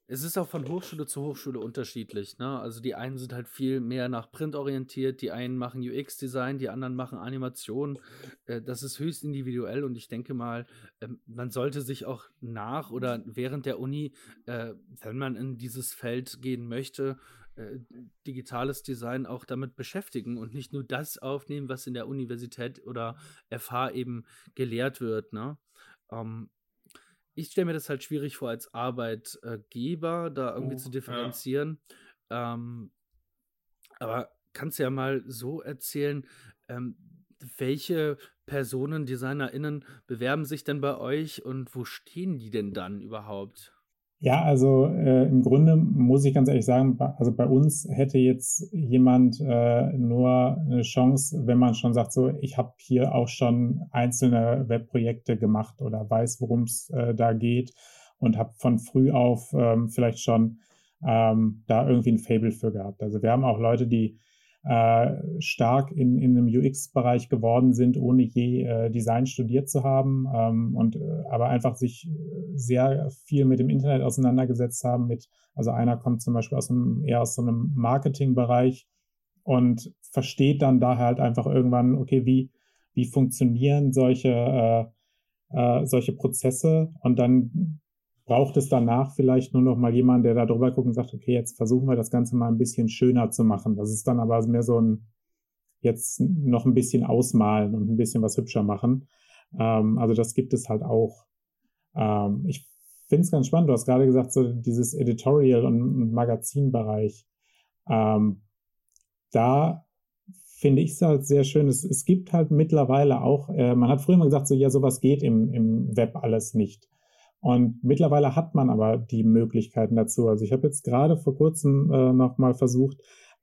Es ist auch von Hochschule zu Hochschule unterschiedlich, ne? Also die einen sind halt viel mehr nach Print orientiert, die einen machen UX-Design, die anderen machen Animation. Das ist höchst individuell und ich denke mal, man sollte sich auch nach oder während der Uni, wenn man in dieses Feld gehen möchte, äh, digitales Design auch damit beschäftigen und nicht nur das aufnehmen, was in der Universität oder FH eben gelehrt wird, ne? Ähm, Ich stelle mir das halt schwierig vor, als Arbeitgeber da irgendwie zu Ja. differenzieren. Ähm, aber kannst du ja mal so erzählen, ähm, welche Personen, DesignerInnen bewerben sich denn bei euch und wo stehen die denn dann überhaupt? Ja, also im Grunde muss ich ganz ehrlich sagen, also bei uns hätte jetzt jemand nur eine Chance, wenn man schon sagt, so, ich habe hier auch schon einzelne Webprojekte gemacht oder weiß, worum es da geht und habe von früh auf vielleicht schon da irgendwie ein Faible für gehabt. Also wir haben auch Leute, die stark in einem UX-Bereich geworden sind, ohne je Design studiert zu haben und aber einfach sich sehr viel mit dem Internet auseinandergesetzt haben. Also einer kommt zum Beispiel eher aus so einem Marketingbereich und versteht dann da halt einfach irgendwann, okay, wie funktionieren solche Prozesse und dann braucht es danach vielleicht nur noch mal jemand, der da drüber guckt und sagt, okay, jetzt versuchen wir das Ganze mal ein bisschen schöner zu machen. Das ist dann aber mehr so ein jetzt noch ein bisschen ausmalen und ein bisschen was hübscher machen. Also das gibt es halt auch. Ich finde es ganz spannend. Du hast gerade gesagt, so dieses Editorial- und Magazinbereich. Ähm, Da finde ich es halt sehr schön. Es gibt halt mittlerweile auch, man hat früher mal gesagt, so ja, sowas geht im Web alles nicht. Und mittlerweile hat man aber die Möglichkeiten dazu. Also ich habe jetzt gerade vor kurzem noch mal versucht,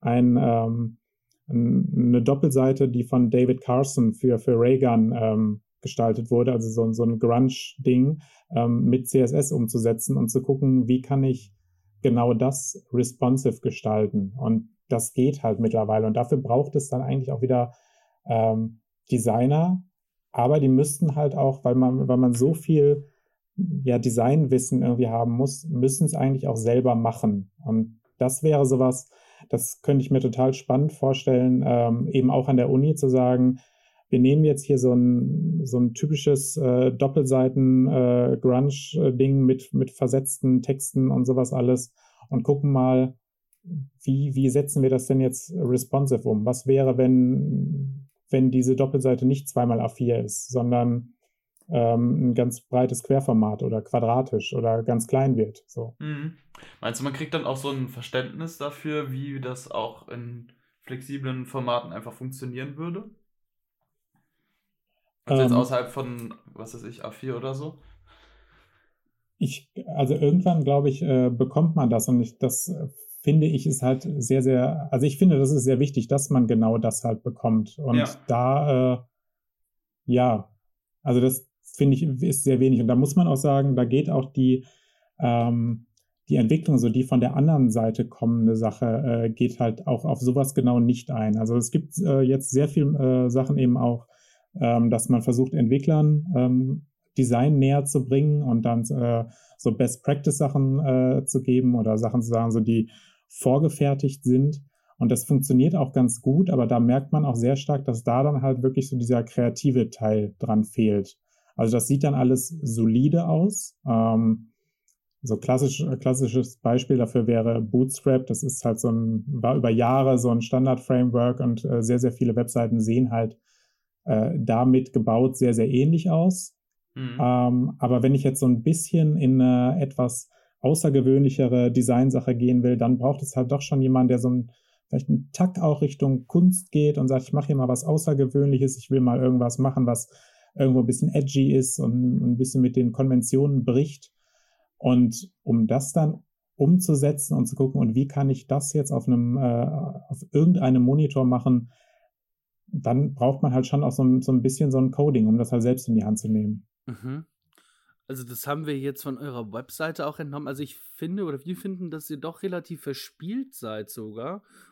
eine Doppelseite, die von David Carson für Raygun gestaltet wurde, also so ein Grunge-Ding mit CSS umzusetzen und zu gucken, wie kann ich genau das responsive gestalten. Und das geht halt mittlerweile. Und dafür braucht es dann eigentlich auch wieder Designer, aber die müssten halt auch, weil man so viel ja, Designwissen irgendwie haben muss, müssen es eigentlich auch selber machen. Und das wäre sowas, das könnte ich mir total spannend vorstellen, eben auch an der Uni zu sagen, wir nehmen jetzt hier so ein typisches Doppelseiten-Grunge-Ding mit versetzten Texten und sowas alles und gucken mal, wie setzen wir das denn jetzt responsive um? Was wäre, wenn diese Doppelseite nicht zweimal A4 ist, sondern ein ganz breites Querformat oder quadratisch oder ganz klein wird. So. Mhm. Meinst du, man kriegt dann auch so ein Verständnis dafür, wie das auch in flexiblen Formaten einfach funktionieren würde? Also jetzt Ähm, außerhalb von, was weiß ich, A4 oder so? also irgendwann, glaube ich, bekommt man das und das finde ich ist halt sehr, sehr, also ich finde, das ist sehr wichtig, dass man genau das halt bekommt. Und Ja. da, ja, also das finde ich ist sehr wenig. Und da muss man auch sagen, da geht auch die Entwicklung, so die von der anderen Seite kommende Sache, geht halt auch auf sowas genau nicht ein. Also es gibt jetzt sehr viel Sachen eben auch, dass man versucht, Entwicklern Design näher zu bringen und dann so Best-Practice-Sachen zu geben oder Sachen zu sagen, so die vorgefertigt sind. Und das funktioniert auch ganz gut, aber da merkt man auch sehr stark, dass da dann halt wirklich so dieser kreative Teil dran fehlt. Also das sieht dann alles solide aus. So klassisches Beispiel dafür wäre Bootstrap. Das ist halt war über Jahre so ein Standard-Framework und sehr, sehr viele Webseiten sehen halt damit gebaut sehr, sehr ähnlich aus. Mhm. Aber wenn ich jetzt so ein bisschen in eine etwas außergewöhnlichere Designsache gehen will, dann braucht es halt doch schon jemanden, der vielleicht einen Tack auch Richtung Kunst geht und sagt, ich mache hier mal was Außergewöhnliches, ich will mal irgendwas machen, was irgendwo ein bisschen edgy ist und ein bisschen mit den Konventionen bricht. Und um das dann umzusetzen und zu gucken, und wie kann ich das jetzt auf irgendeinem Monitor machen, dann braucht man halt schon auch so ein bisschen so ein Coding, um das halt selbst in die Hand zu nehmen. Mhm. Also das haben wir jetzt von eurer Webseite auch entnommen. Also ich finde oder wir finden, dass ihr doch relativ verspielt seid sogar,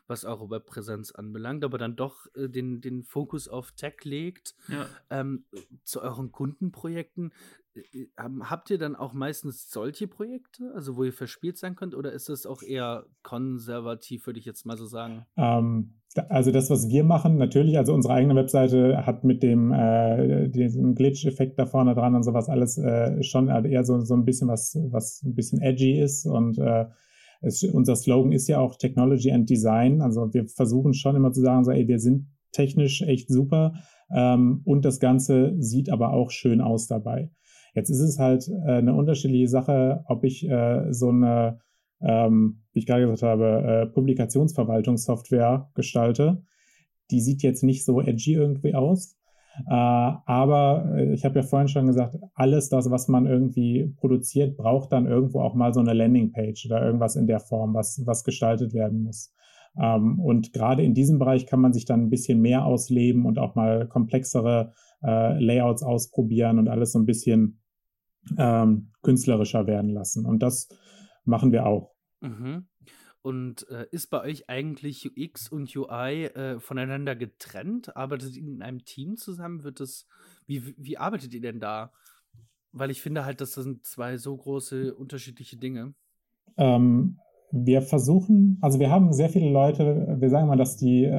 was eure Webpräsenz anbelangt, aber dann doch den Fokus auf Tech legt. Ja. Zu euren Kundenprojekten, habt ihr dann auch meistens solche Projekte, also wo ihr verspielt sein könnt, oder ist das auch eher konservativ, würde ich jetzt mal so sagen? Also das, was wir machen, natürlich, also unsere eigene Webseite hat mit diesem Glitch-Effekt da vorne dran und sowas alles schon eher so ein bisschen was ein bisschen edgy ist und unser Slogan ist ja auch Technology and Design, also wir versuchen schon immer zu sagen, so, ey, wir sind technisch echt super und das Ganze sieht aber auch schön aus dabei. Jetzt ist es halt eine unterschiedliche Sache, ob ich so eine wie ich gerade gesagt habe, Publikationsverwaltungssoftware gestalte. Die sieht jetzt nicht so edgy irgendwie aus. Aber ich habe ja vorhin schon gesagt, alles das, was man irgendwie produziert, braucht dann irgendwo auch mal so eine Landingpage oder irgendwas in der Form, was gestaltet werden muss. Und gerade in diesem Bereich kann man sich dann ein bisschen mehr ausleben und auch mal komplexere Layouts ausprobieren und alles so ein bisschen künstlerischer werden lassen. Und das machen wir auch. Mhm. Und ist bei euch eigentlich UX und UI voneinander getrennt? Arbeitet ihr in einem Team zusammen? Wie arbeitet ihr denn da? Weil ich finde halt, das sind zwei so große unterschiedliche Dinge. Wir versuchen, also wir haben sehr viele Leute, wir sagen mal, dass die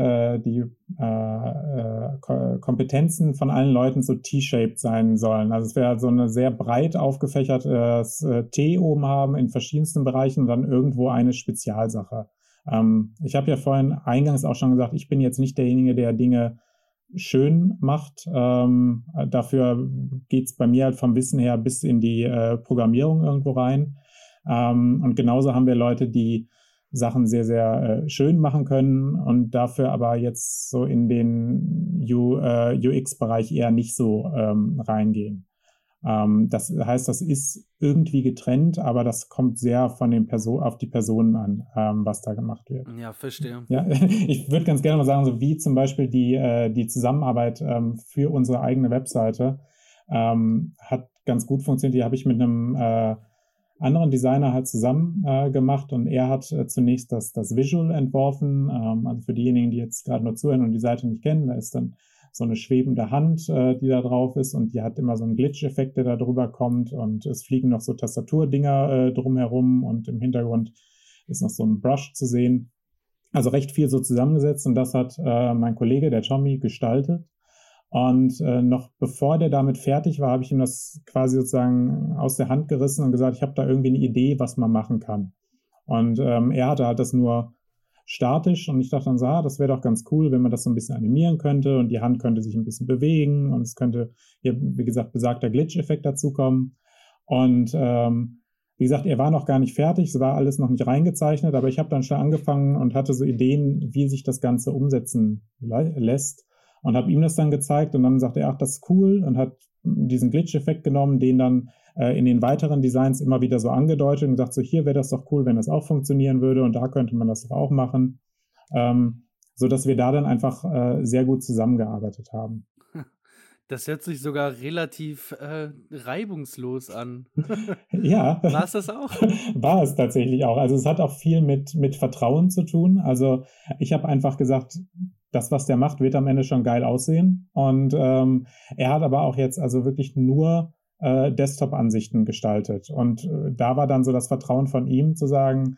Kompetenzen von allen Leuten so T-shaped sein sollen. Also es wäre so eine sehr breit aufgefächertes T oben haben in verschiedensten Bereichen und dann irgendwo eine Spezialsache. Ich habe ja vorhin eingangs auch schon gesagt, ich bin jetzt nicht derjenige, der Dinge schön macht. Dafür geht es bei mir halt vom Wissen her bis in die Programmierung irgendwo rein. Und genauso haben wir Leute, die Sachen sehr, sehr schön machen können und dafür aber jetzt so in den UX-Bereich eher nicht so reingehen. Das heißt, das ist irgendwie getrennt, aber das kommt sehr von den auf die Personen an, was da gemacht wird. Ja, verstehe. Ja, ich würde ganz gerne mal sagen, so wie zum Beispiel die Zusammenarbeit für unsere eigene Webseite hat ganz gut funktioniert. Die habe ich mit einem anderen Designer halt zusammen gemacht und er hat zunächst das Visual entworfen. Also für diejenigen, die jetzt gerade nur zuhören und die Seite nicht kennen, da ist dann so eine schwebende Hand, die da drauf ist und die hat immer so einen Glitch-Effekt, der da drüber kommt und es fliegen noch so Tastaturdinger drumherum und im Hintergrund ist noch so ein Brush zu sehen. Also recht viel so zusammengesetzt und das hat mein Kollege, der Tommy, gestaltet. Und noch bevor der damit fertig war, habe ich ihm das quasi sozusagen aus der Hand gerissen und gesagt, ich habe da irgendwie eine Idee, was man machen kann. Und er hatte halt das nur statisch und ich dachte dann so, das wäre doch ganz cool, wenn man das so ein bisschen animieren könnte und die Hand könnte sich ein bisschen bewegen und es könnte, hier, wie gesagt, besagter Glitch-Effekt dazukommen. Und wie gesagt, er war noch gar nicht fertig, es war alles noch nicht reingezeichnet, aber ich habe dann schon angefangen und hatte so Ideen, wie sich das Ganze umsetzen lässt. Und habe ihm das dann gezeigt und dann sagte er, ach, das ist cool und hat diesen Glitch-Effekt genommen, den dann in den weiteren Designs immer wieder so angedeutet und gesagt, so hier wäre das doch cool, wenn das auch funktionieren würde und da könnte man das doch auch machen, sodass wir da dann einfach sehr gut zusammengearbeitet haben. Das hört sich sogar relativ reibungslos an. Ja. War es das auch? War es tatsächlich auch. Also es hat auch viel mit Vertrauen zu tun. Also ich habe einfach gesagt, das, was der macht, wird am Ende schon geil aussehen. Und er hat aber auch jetzt also wirklich nur Desktop-Ansichten gestaltet. Und da war dann so das Vertrauen von ihm zu sagen,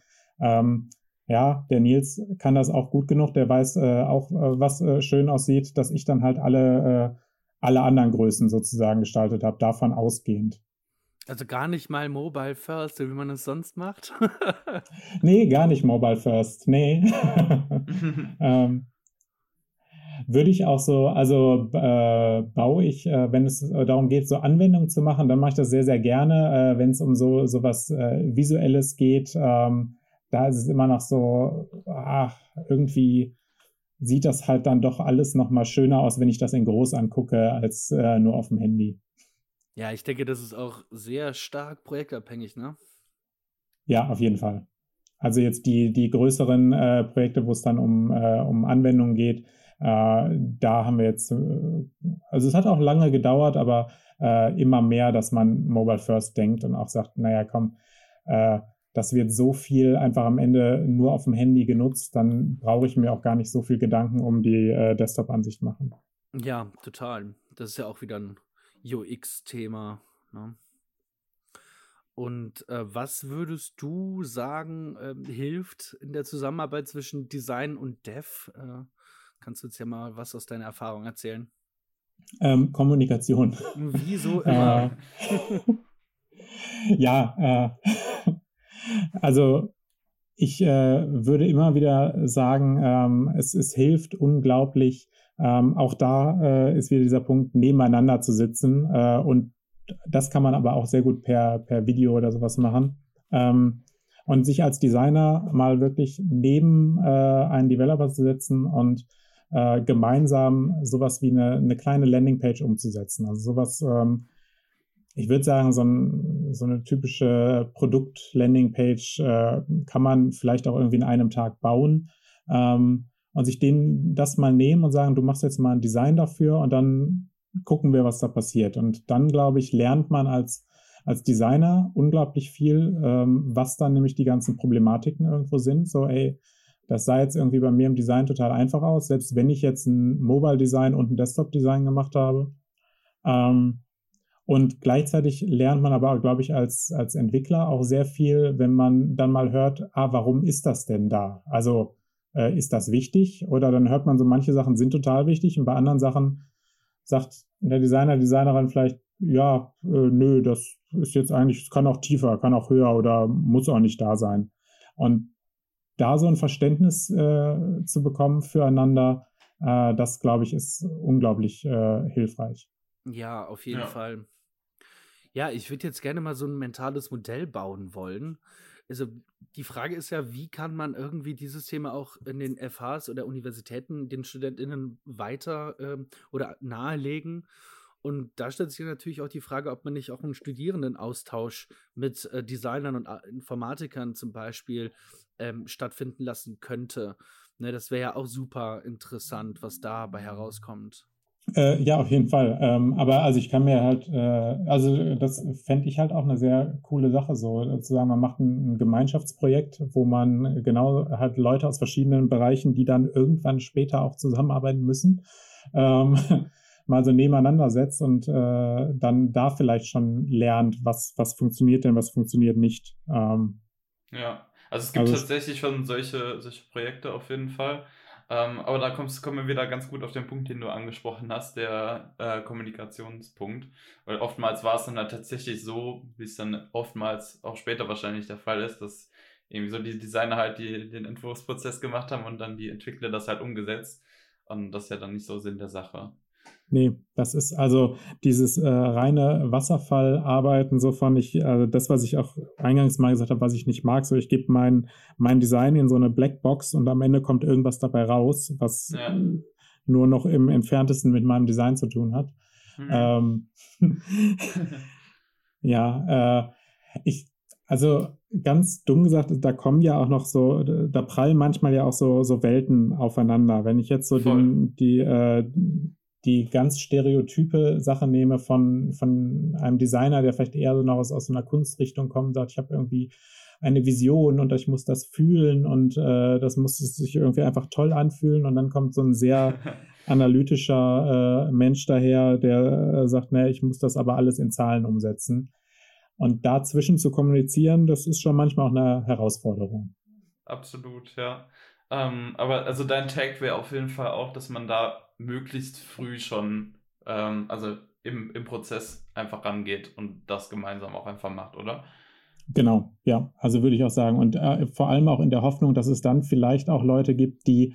ja, der Nils kann das auch gut genug, der weiß auch, was schön aussieht, dass ich dann halt alle anderen Größen sozusagen gestaltet habe, davon ausgehend. Also gar nicht mal Mobile First, wie man es sonst macht? Nee, gar nicht Mobile First, nee. Würde ich auch so, also baue ich, wenn es darum geht, so Anwendungen zu machen, dann mache ich das sehr, sehr gerne. Wenn es um so was Visuelles geht, da ist es immer noch so, irgendwie sieht das halt dann doch alles nochmal schöner aus, wenn ich das in groß angucke, als nur auf dem Handy. Ja, ich denke, das ist auch sehr stark projektabhängig, ne? Ja, auf jeden Fall. Also jetzt die größeren Projekte, wo es dann um Anwendungen geht, da haben wir jetzt, also es hat auch lange gedauert, aber immer mehr, dass man Mobile First denkt und auch sagt, naja, komm, das wird so viel einfach am Ende nur auf dem Handy genutzt, dann brauche ich mir auch gar nicht so viel Gedanken um die Desktop-Ansicht machen. Ja, total. Das ist ja auch wieder ein UX-Thema. Ne? Und was würdest du sagen, hilft in der Zusammenarbeit zwischen Design und Dev? Kannst du uns ja mal was aus deiner Erfahrung erzählen? Kommunikation. Wieso immer? Ja, also ich würde immer wieder sagen, es hilft unglaublich, auch da ist wieder dieser Punkt, nebeneinander zu sitzen. Und das kann man aber auch sehr gut per Video oder sowas machen. Und sich als Designer mal wirklich neben einen Developer zu setzen und gemeinsam sowas wie eine kleine Landingpage umzusetzen. Also sowas, ich würde sagen, so eine typische Produkt-Landingpage kann man vielleicht auch irgendwie in einem Tag bauen und sich das mal nehmen und sagen, du machst jetzt mal ein Design dafür und dann gucken wir, was da passiert. Und dann, glaube ich, lernt man als Designer unglaublich viel, was dann nämlich die ganzen Problematiken irgendwo sind. So, ey, das sah jetzt irgendwie bei mir im Design total einfach aus, selbst wenn ich jetzt ein Mobile-Design und ein Desktop-Design gemacht habe. Und gleichzeitig lernt man aber, glaube ich, als Entwickler auch sehr viel, wenn man dann mal hört, warum ist das denn da? Also ist das wichtig? Oder dann hört man so, manche Sachen sind total wichtig und bei anderen Sachen sagt der Designer, Designerin vielleicht, ja, nö, das ist jetzt eigentlich, es kann auch tiefer, kann auch höher oder muss auch nicht da sein. Und da so ein Verständnis zu bekommen füreinander, das, glaube ich, ist unglaublich hilfreich. Ja, auf jeden Fall. Ja, ich würde jetzt gerne mal so ein mentales Modell bauen wollen. Also die Frage ist ja, wie kann man irgendwie dieses Thema auch in den FHs oder Universitäten den StudentInnen weiter oder nahelegen? Und da stellt sich natürlich auch die Frage, ob man nicht auch einen Studierendenaustausch mit Designern und Informatikern zum Beispiel stattfinden lassen könnte. Ne, das wäre ja auch super interessant, was dabei herauskommt. Ja, auf jeden Fall. Aber also ich kann mir halt, also das fände ich halt auch eine sehr coole Sache, so zu sagen, man macht ein Gemeinschaftsprojekt, wo man genau halt Leute aus verschiedenen Bereichen, die dann irgendwann später auch zusammenarbeiten müssen, mal so nebeneinander setzt und dann da vielleicht schon lernt, was funktioniert denn, was funktioniert nicht. Ja, also es gibt tatsächlich schon solche Projekte auf jeden Fall. Aber da kommen wir wieder ganz gut auf den Punkt, den du angesprochen hast, der Kommunikationspunkt. Weil oftmals war es dann halt tatsächlich so, wie es dann oftmals auch später wahrscheinlich der Fall ist, dass irgendwie so die Designer halt den Entwurfsprozess gemacht haben und dann die Entwickler das halt umgesetzt. Und das ist ja dann nicht so Sinn der Sache. Nee, das ist also dieses reine Wasserfallarbeiten, so von also das, was ich auch eingangs mal gesagt habe, was ich nicht mag, so ich gebe mein Design in so eine Blackbox und am Ende kommt irgendwas dabei raus, was nur noch im Entferntesten mit meinem Design zu tun hat. Ja, also ganz dumm gesagt, da kommen ja auch noch so, da prallen manchmal ja auch so Welten aufeinander. Wenn ich jetzt so die ganz stereotype Sache nehme von einem Designer, der vielleicht eher so noch aus so einer Kunstrichtung kommt und sagt, ich habe irgendwie eine Vision und ich muss das fühlen und das muss sich irgendwie einfach toll anfühlen und dann kommt so ein sehr analytischer Mensch daher, der sagt, ne, ich muss das aber alles in Zahlen umsetzen. Und dazwischen zu kommunizieren, das ist schon manchmal auch eine Herausforderung. Absolut, ja. Aber also dein Take wäre auf jeden Fall auch, dass man da möglichst früh schon, also im Prozess einfach rangeht und das gemeinsam auch einfach macht, oder? Genau, ja, also würde ich auch sagen. Und vor allem auch in der Hoffnung, dass es dann vielleicht auch Leute gibt, die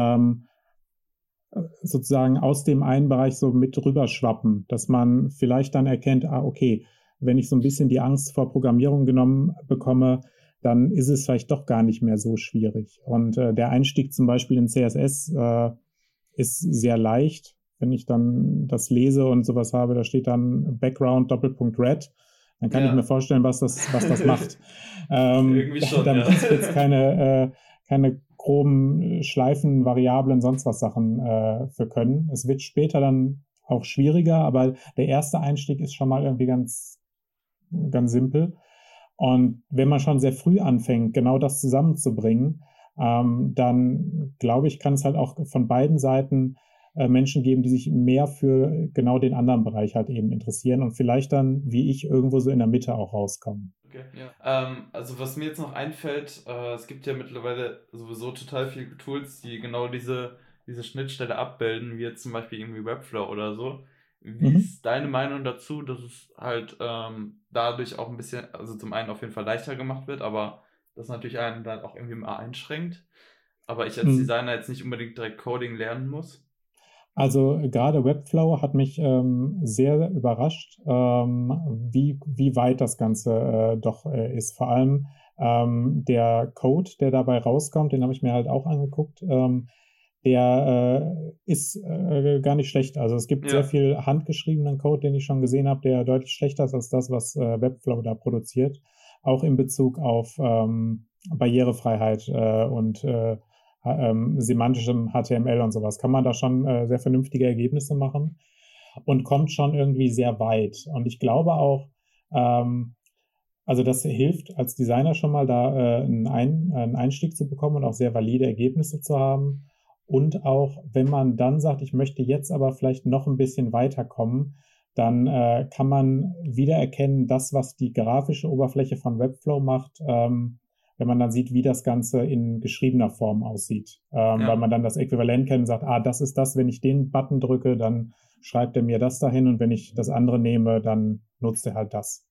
sozusagen aus dem einen Bereich so mit rüberschwappen, dass man vielleicht dann erkennt, okay, wenn ich so ein bisschen die Angst vor Programmierung genommen bekomme, dann ist es vielleicht doch gar nicht mehr so schwierig. Und der Einstieg zum Beispiel in CSS ist sehr leicht. Wenn ich dann das lese und sowas habe, da steht dann Background Doppelpunkt Red, dann kann ich mir vorstellen, was das macht. Irgendwie schon, dann gibt es jetzt keine groben Schleifen, Variablen, sonst was Sachen für können. Es wird später dann auch schwieriger, aber der erste Einstieg ist schon mal irgendwie ganz, ganz simpel. Und wenn man schon sehr früh anfängt, genau das zusammenzubringen, dann glaube ich, kann es halt auch von beiden Seiten Menschen geben, die sich mehr für genau den anderen Bereich halt eben interessieren und vielleicht dann, wie ich, irgendwo so in der Mitte auch rauskommen. Okay. Ja. Also was mir jetzt noch einfällt, es gibt ja mittlerweile sowieso total viele Tools, die genau diese Schnittstelle abbilden, wie jetzt zum Beispiel irgendwie Webflow oder so. Wie ist deine Meinung dazu, dass es halt dadurch auch ein bisschen, also zum einen auf jeden Fall leichter gemacht wird, aber das natürlich einen dann auch irgendwie mal einschränkt. Aber ich als Designer jetzt nicht unbedingt direkt Coding lernen muss. Also gerade Webflow hat mich sehr überrascht, wie weit das Ganze doch ist. Vor allem der Code, der dabei rauskommt, den habe ich mir halt auch angeguckt. Der ist gar nicht schlecht. Also es gibt sehr viel handgeschriebenen Code, den ich schon gesehen habe, der deutlich schlechter ist als das, was Webflow da produziert. Auch in Bezug auf Barrierefreiheit und semantischem HTML und sowas, kann man da schon sehr vernünftige Ergebnisse machen und kommt schon irgendwie sehr weit. Und ich glaube auch, also das hilft als Designer schon mal, da einen Einstieg zu bekommen und auch sehr valide Ergebnisse zu haben. Und auch, wenn man dann sagt, ich möchte jetzt aber vielleicht noch ein bisschen weiterkommen, dann kann man wiedererkennen, das, was die grafische Oberfläche von Webflow macht, wenn man dann sieht, wie das Ganze in geschriebener Form aussieht. Weil man dann das Äquivalent kennt und sagt, das ist das, wenn ich den Button drücke, dann schreibt er mir das dahin und wenn ich das andere nehme, dann nutzt er halt das.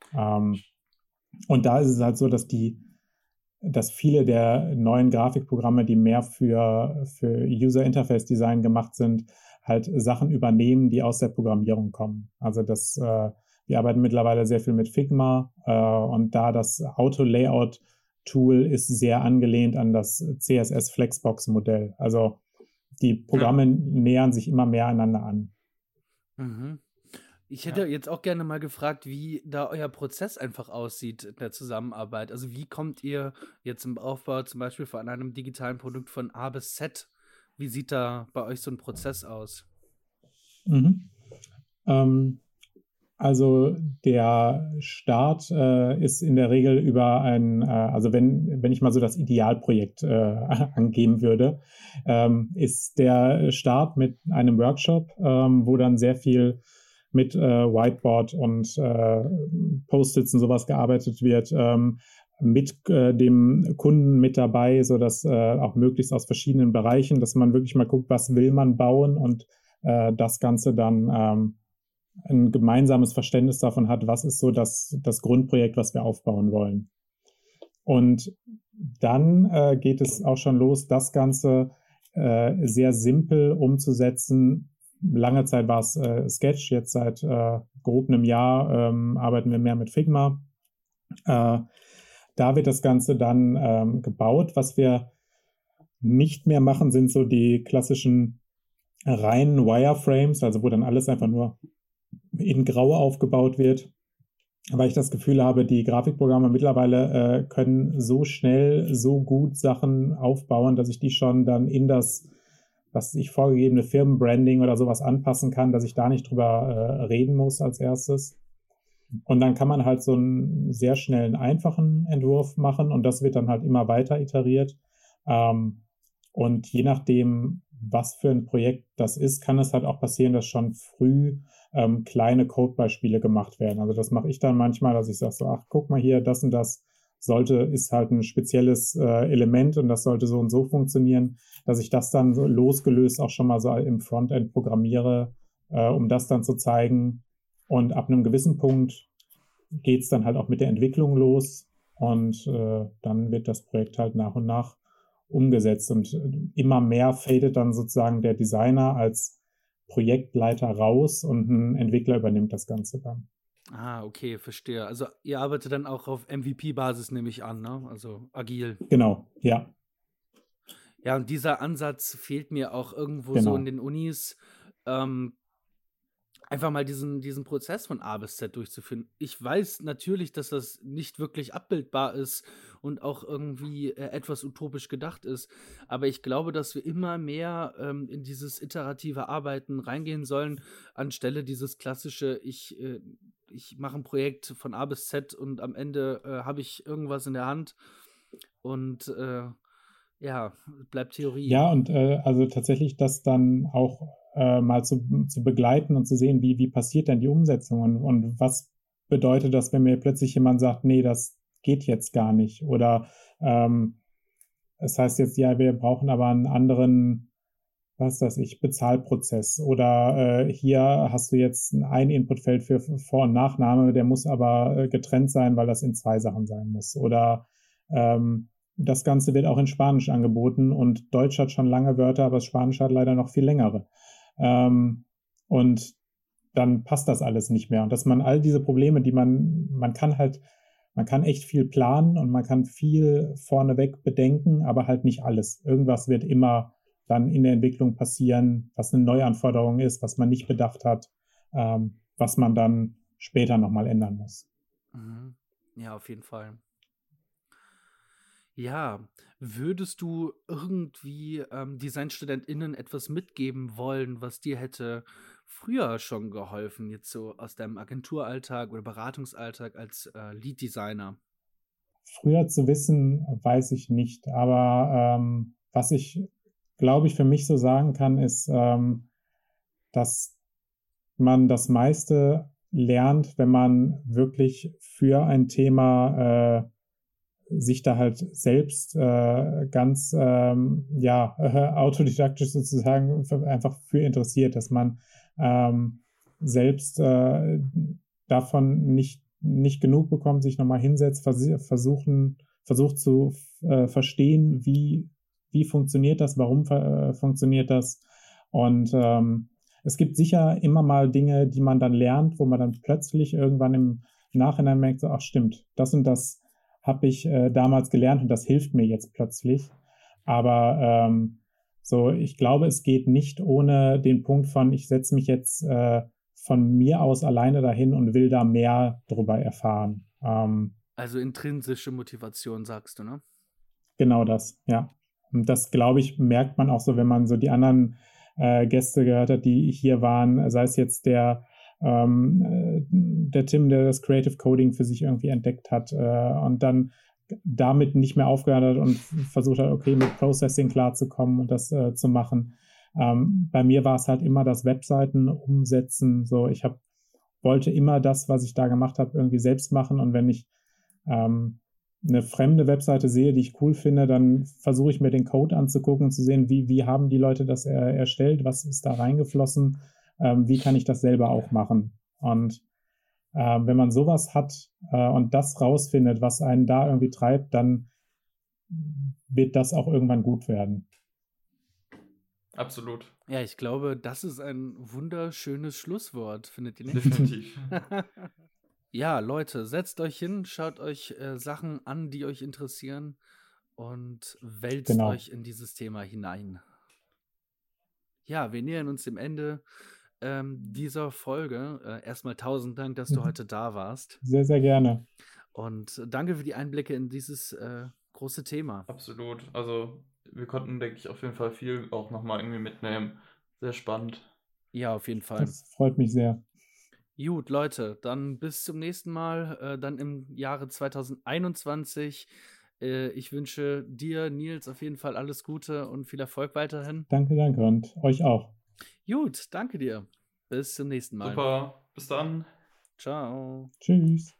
Und da ist es halt so, dass viele der neuen Grafikprogramme, die mehr für User Interface Design gemacht sind, halt Sachen übernehmen, die aus der Programmierung kommen. Also wir arbeiten mittlerweile sehr viel mit Figma und da das Auto-Layout-Tool ist sehr angelehnt an das CSS Flexbox-Modell. Also die Programme nähern sich immer mehr einander an. Mhm. Ich hätte jetzt auch gerne mal gefragt, wie da euer Prozess einfach aussieht in der Zusammenarbeit. Also wie kommt ihr jetzt im Aufbau zum Beispiel von einem digitalen Produkt von A bis Z? Wie sieht da bei euch so ein Prozess aus? Also der Start ist in der Regel über also wenn ich mal so das Idealprojekt angeben würde, ist der Start mit einem Workshop, wo dann sehr viel mit Whiteboard und Post-its und sowas gearbeitet wird, mit dem Kunden mit dabei, sodass auch möglichst aus verschiedenen Bereichen, dass man wirklich mal guckt, was will man bauen und das Ganze dann ein gemeinsames Verständnis davon hat, was ist so das Grundprojekt, was wir aufbauen wollen. Und dann geht es auch schon los, das Ganze sehr simpel umzusetzen. Lange Zeit war es Sketch, jetzt seit grob einem Jahr arbeiten wir mehr mit Figma. Da wird das Ganze dann gebaut. Was wir nicht mehr machen, sind so die klassischen reinen Wireframes, also wo dann alles einfach nur in Grau aufgebaut wird, weil ich das Gefühl habe, die Grafikprogramme mittlerweile können so schnell, so gut Sachen aufbauen, dass ich die schon dann in das, was ich vorgegebene Firmenbranding oder sowas anpassen kann, dass ich da nicht drüber reden muss als erstes. Und dann kann man halt so einen sehr schnellen, einfachen Entwurf machen und das wird dann halt immer weiter iteriert. Und je nachdem, was für ein Projekt das ist, kann es halt auch passieren, dass schon früh kleine Codebeispiele gemacht werden. Also das mache ich dann manchmal, dass ich sage so, ach, guck mal hier, das und das ist halt ein spezielles Element und das sollte so und so funktionieren, dass ich das dann so losgelöst auch schon mal so im Frontend programmiere, um das dann zu zeigen. Und ab einem gewissen Punkt geht es dann halt auch mit der Entwicklung los und dann wird das Projekt halt nach und nach umgesetzt und immer mehr fadet dann sozusagen der Designer als Projektleiter raus und ein Entwickler übernimmt das Ganze dann. Okay, verstehe. Also ihr arbeitet dann auch auf MVP-Basis, nehme ich an, ne? Also agil. Genau, ja. Ja, und dieser Ansatz fehlt mir auch irgendwo so in den Unis. Einfach mal diesen Prozess von A bis Z durchzuführen. Ich weiß natürlich, dass das nicht wirklich abbildbar ist und auch irgendwie etwas utopisch gedacht ist, aber ich glaube, dass wir immer mehr in dieses iterative Arbeiten reingehen sollen, anstelle dieses klassische, ich ich mache ein Projekt von A bis Z und am Ende habe ich irgendwas in der Hand und ja, bleibt Theorie. Ja, und also tatsächlich das dann auch mal zu begleiten und zu sehen, wie passiert denn die Umsetzung und was bedeutet das, wenn mir plötzlich jemand sagt, nee, das geht jetzt gar nicht. Oder es heißt jetzt, ja, wir brauchen aber einen anderen, was weiß ich, Bezahlprozess. Oder hier hast du jetzt ein Inputfeld für Vor- und Nachname, der muss aber getrennt sein, weil das in 2 Sachen sein muss. Oder das Ganze wird auch in Spanisch angeboten und Deutsch hat schon lange Wörter, aber Spanisch hat leider noch viel längere. Und dann passt das alles nicht mehr. Und dass man all diese Probleme, die man kann echt viel planen und man kann viel vorneweg bedenken, aber halt nicht alles. Irgendwas wird immer dann in der Entwicklung passieren, was eine Neuanforderung ist, was man nicht bedacht hat, was man dann später nochmal ändern muss. Ja, auf jeden Fall. Ja, würdest du irgendwie DesignstudentInnen etwas mitgeben wollen, was dir hätte früher schon geholfen, jetzt so aus deinem Agenturalltag oder Beratungsalltag als Lead-Designer? Früher zu wissen, weiß ich nicht. Aber was ich, glaube ich, für mich so sagen kann, ist, dass man das meiste lernt, wenn man wirklich für ein Thema sich da halt selbst ganz autodidaktisch sozusagen einfach für interessiert, dass man selbst davon nicht genug bekommt, sich nochmal hinsetzt, versucht zu verstehen, wie funktioniert das, warum funktioniert das. Und es gibt sicher immer mal Dinge, die man dann lernt, wo man dann plötzlich irgendwann im Nachhinein merkt, so, ach stimmt, das und das habe ich damals gelernt und das hilft mir jetzt plötzlich. Aber ich glaube, es geht nicht ohne den Punkt von, ich setze mich jetzt von mir aus alleine dahin und will da mehr drüber erfahren. Also intrinsische Motivation, sagst du, ne? Genau das, ja. Und das, glaube ich, merkt man auch so, wenn man so die anderen Gäste gehört hat, die hier waren, sei es jetzt der Tim, der das Creative Coding für sich irgendwie entdeckt hat und dann damit nicht mehr aufgehört hat und versucht hat, okay, mit Processing klarzukommen und das zu machen. Bei mir war es halt immer das Webseiten umsetzen. So, wollte immer das, was ich da gemacht habe, irgendwie selbst machen. Und wenn ich eine fremde Webseite sehe, die ich cool finde, dann versuche ich mir den Code anzugucken und zu sehen, wie haben die Leute das erstellt, was ist da reingeflossen, wie kann ich das selber auch machen. Und wenn man sowas hat und das rausfindet, was einen da irgendwie treibt, dann wird das auch irgendwann gut werden. Absolut. Ja, ich glaube, das ist ein wunderschönes Schlusswort, findet ihr nicht? Definitiv. Ja, Leute, setzt euch hin, schaut euch Sachen an, die euch interessieren und wälzt euch in dieses Thema hinein. Ja, wir nähern uns dem Ende dieser Folge. Erstmal 1000 Dank, dass du heute da warst. Sehr, sehr gerne. Und danke für die Einblicke in dieses große Thema. Absolut. Also wir konnten, denke ich, auf jeden Fall viel auch nochmal irgendwie mitnehmen. Sehr spannend. Ja, auf jeden Fall. Das freut mich sehr. Gut, Leute, dann bis zum nächsten Mal, dann im Jahre 2021. Ich wünsche dir, Nils, auf jeden Fall alles Gute und viel Erfolg weiterhin. Danke und euch auch. Gut, danke dir. Bis zum nächsten Mal. Super, bis dann. Ciao. Tschüss.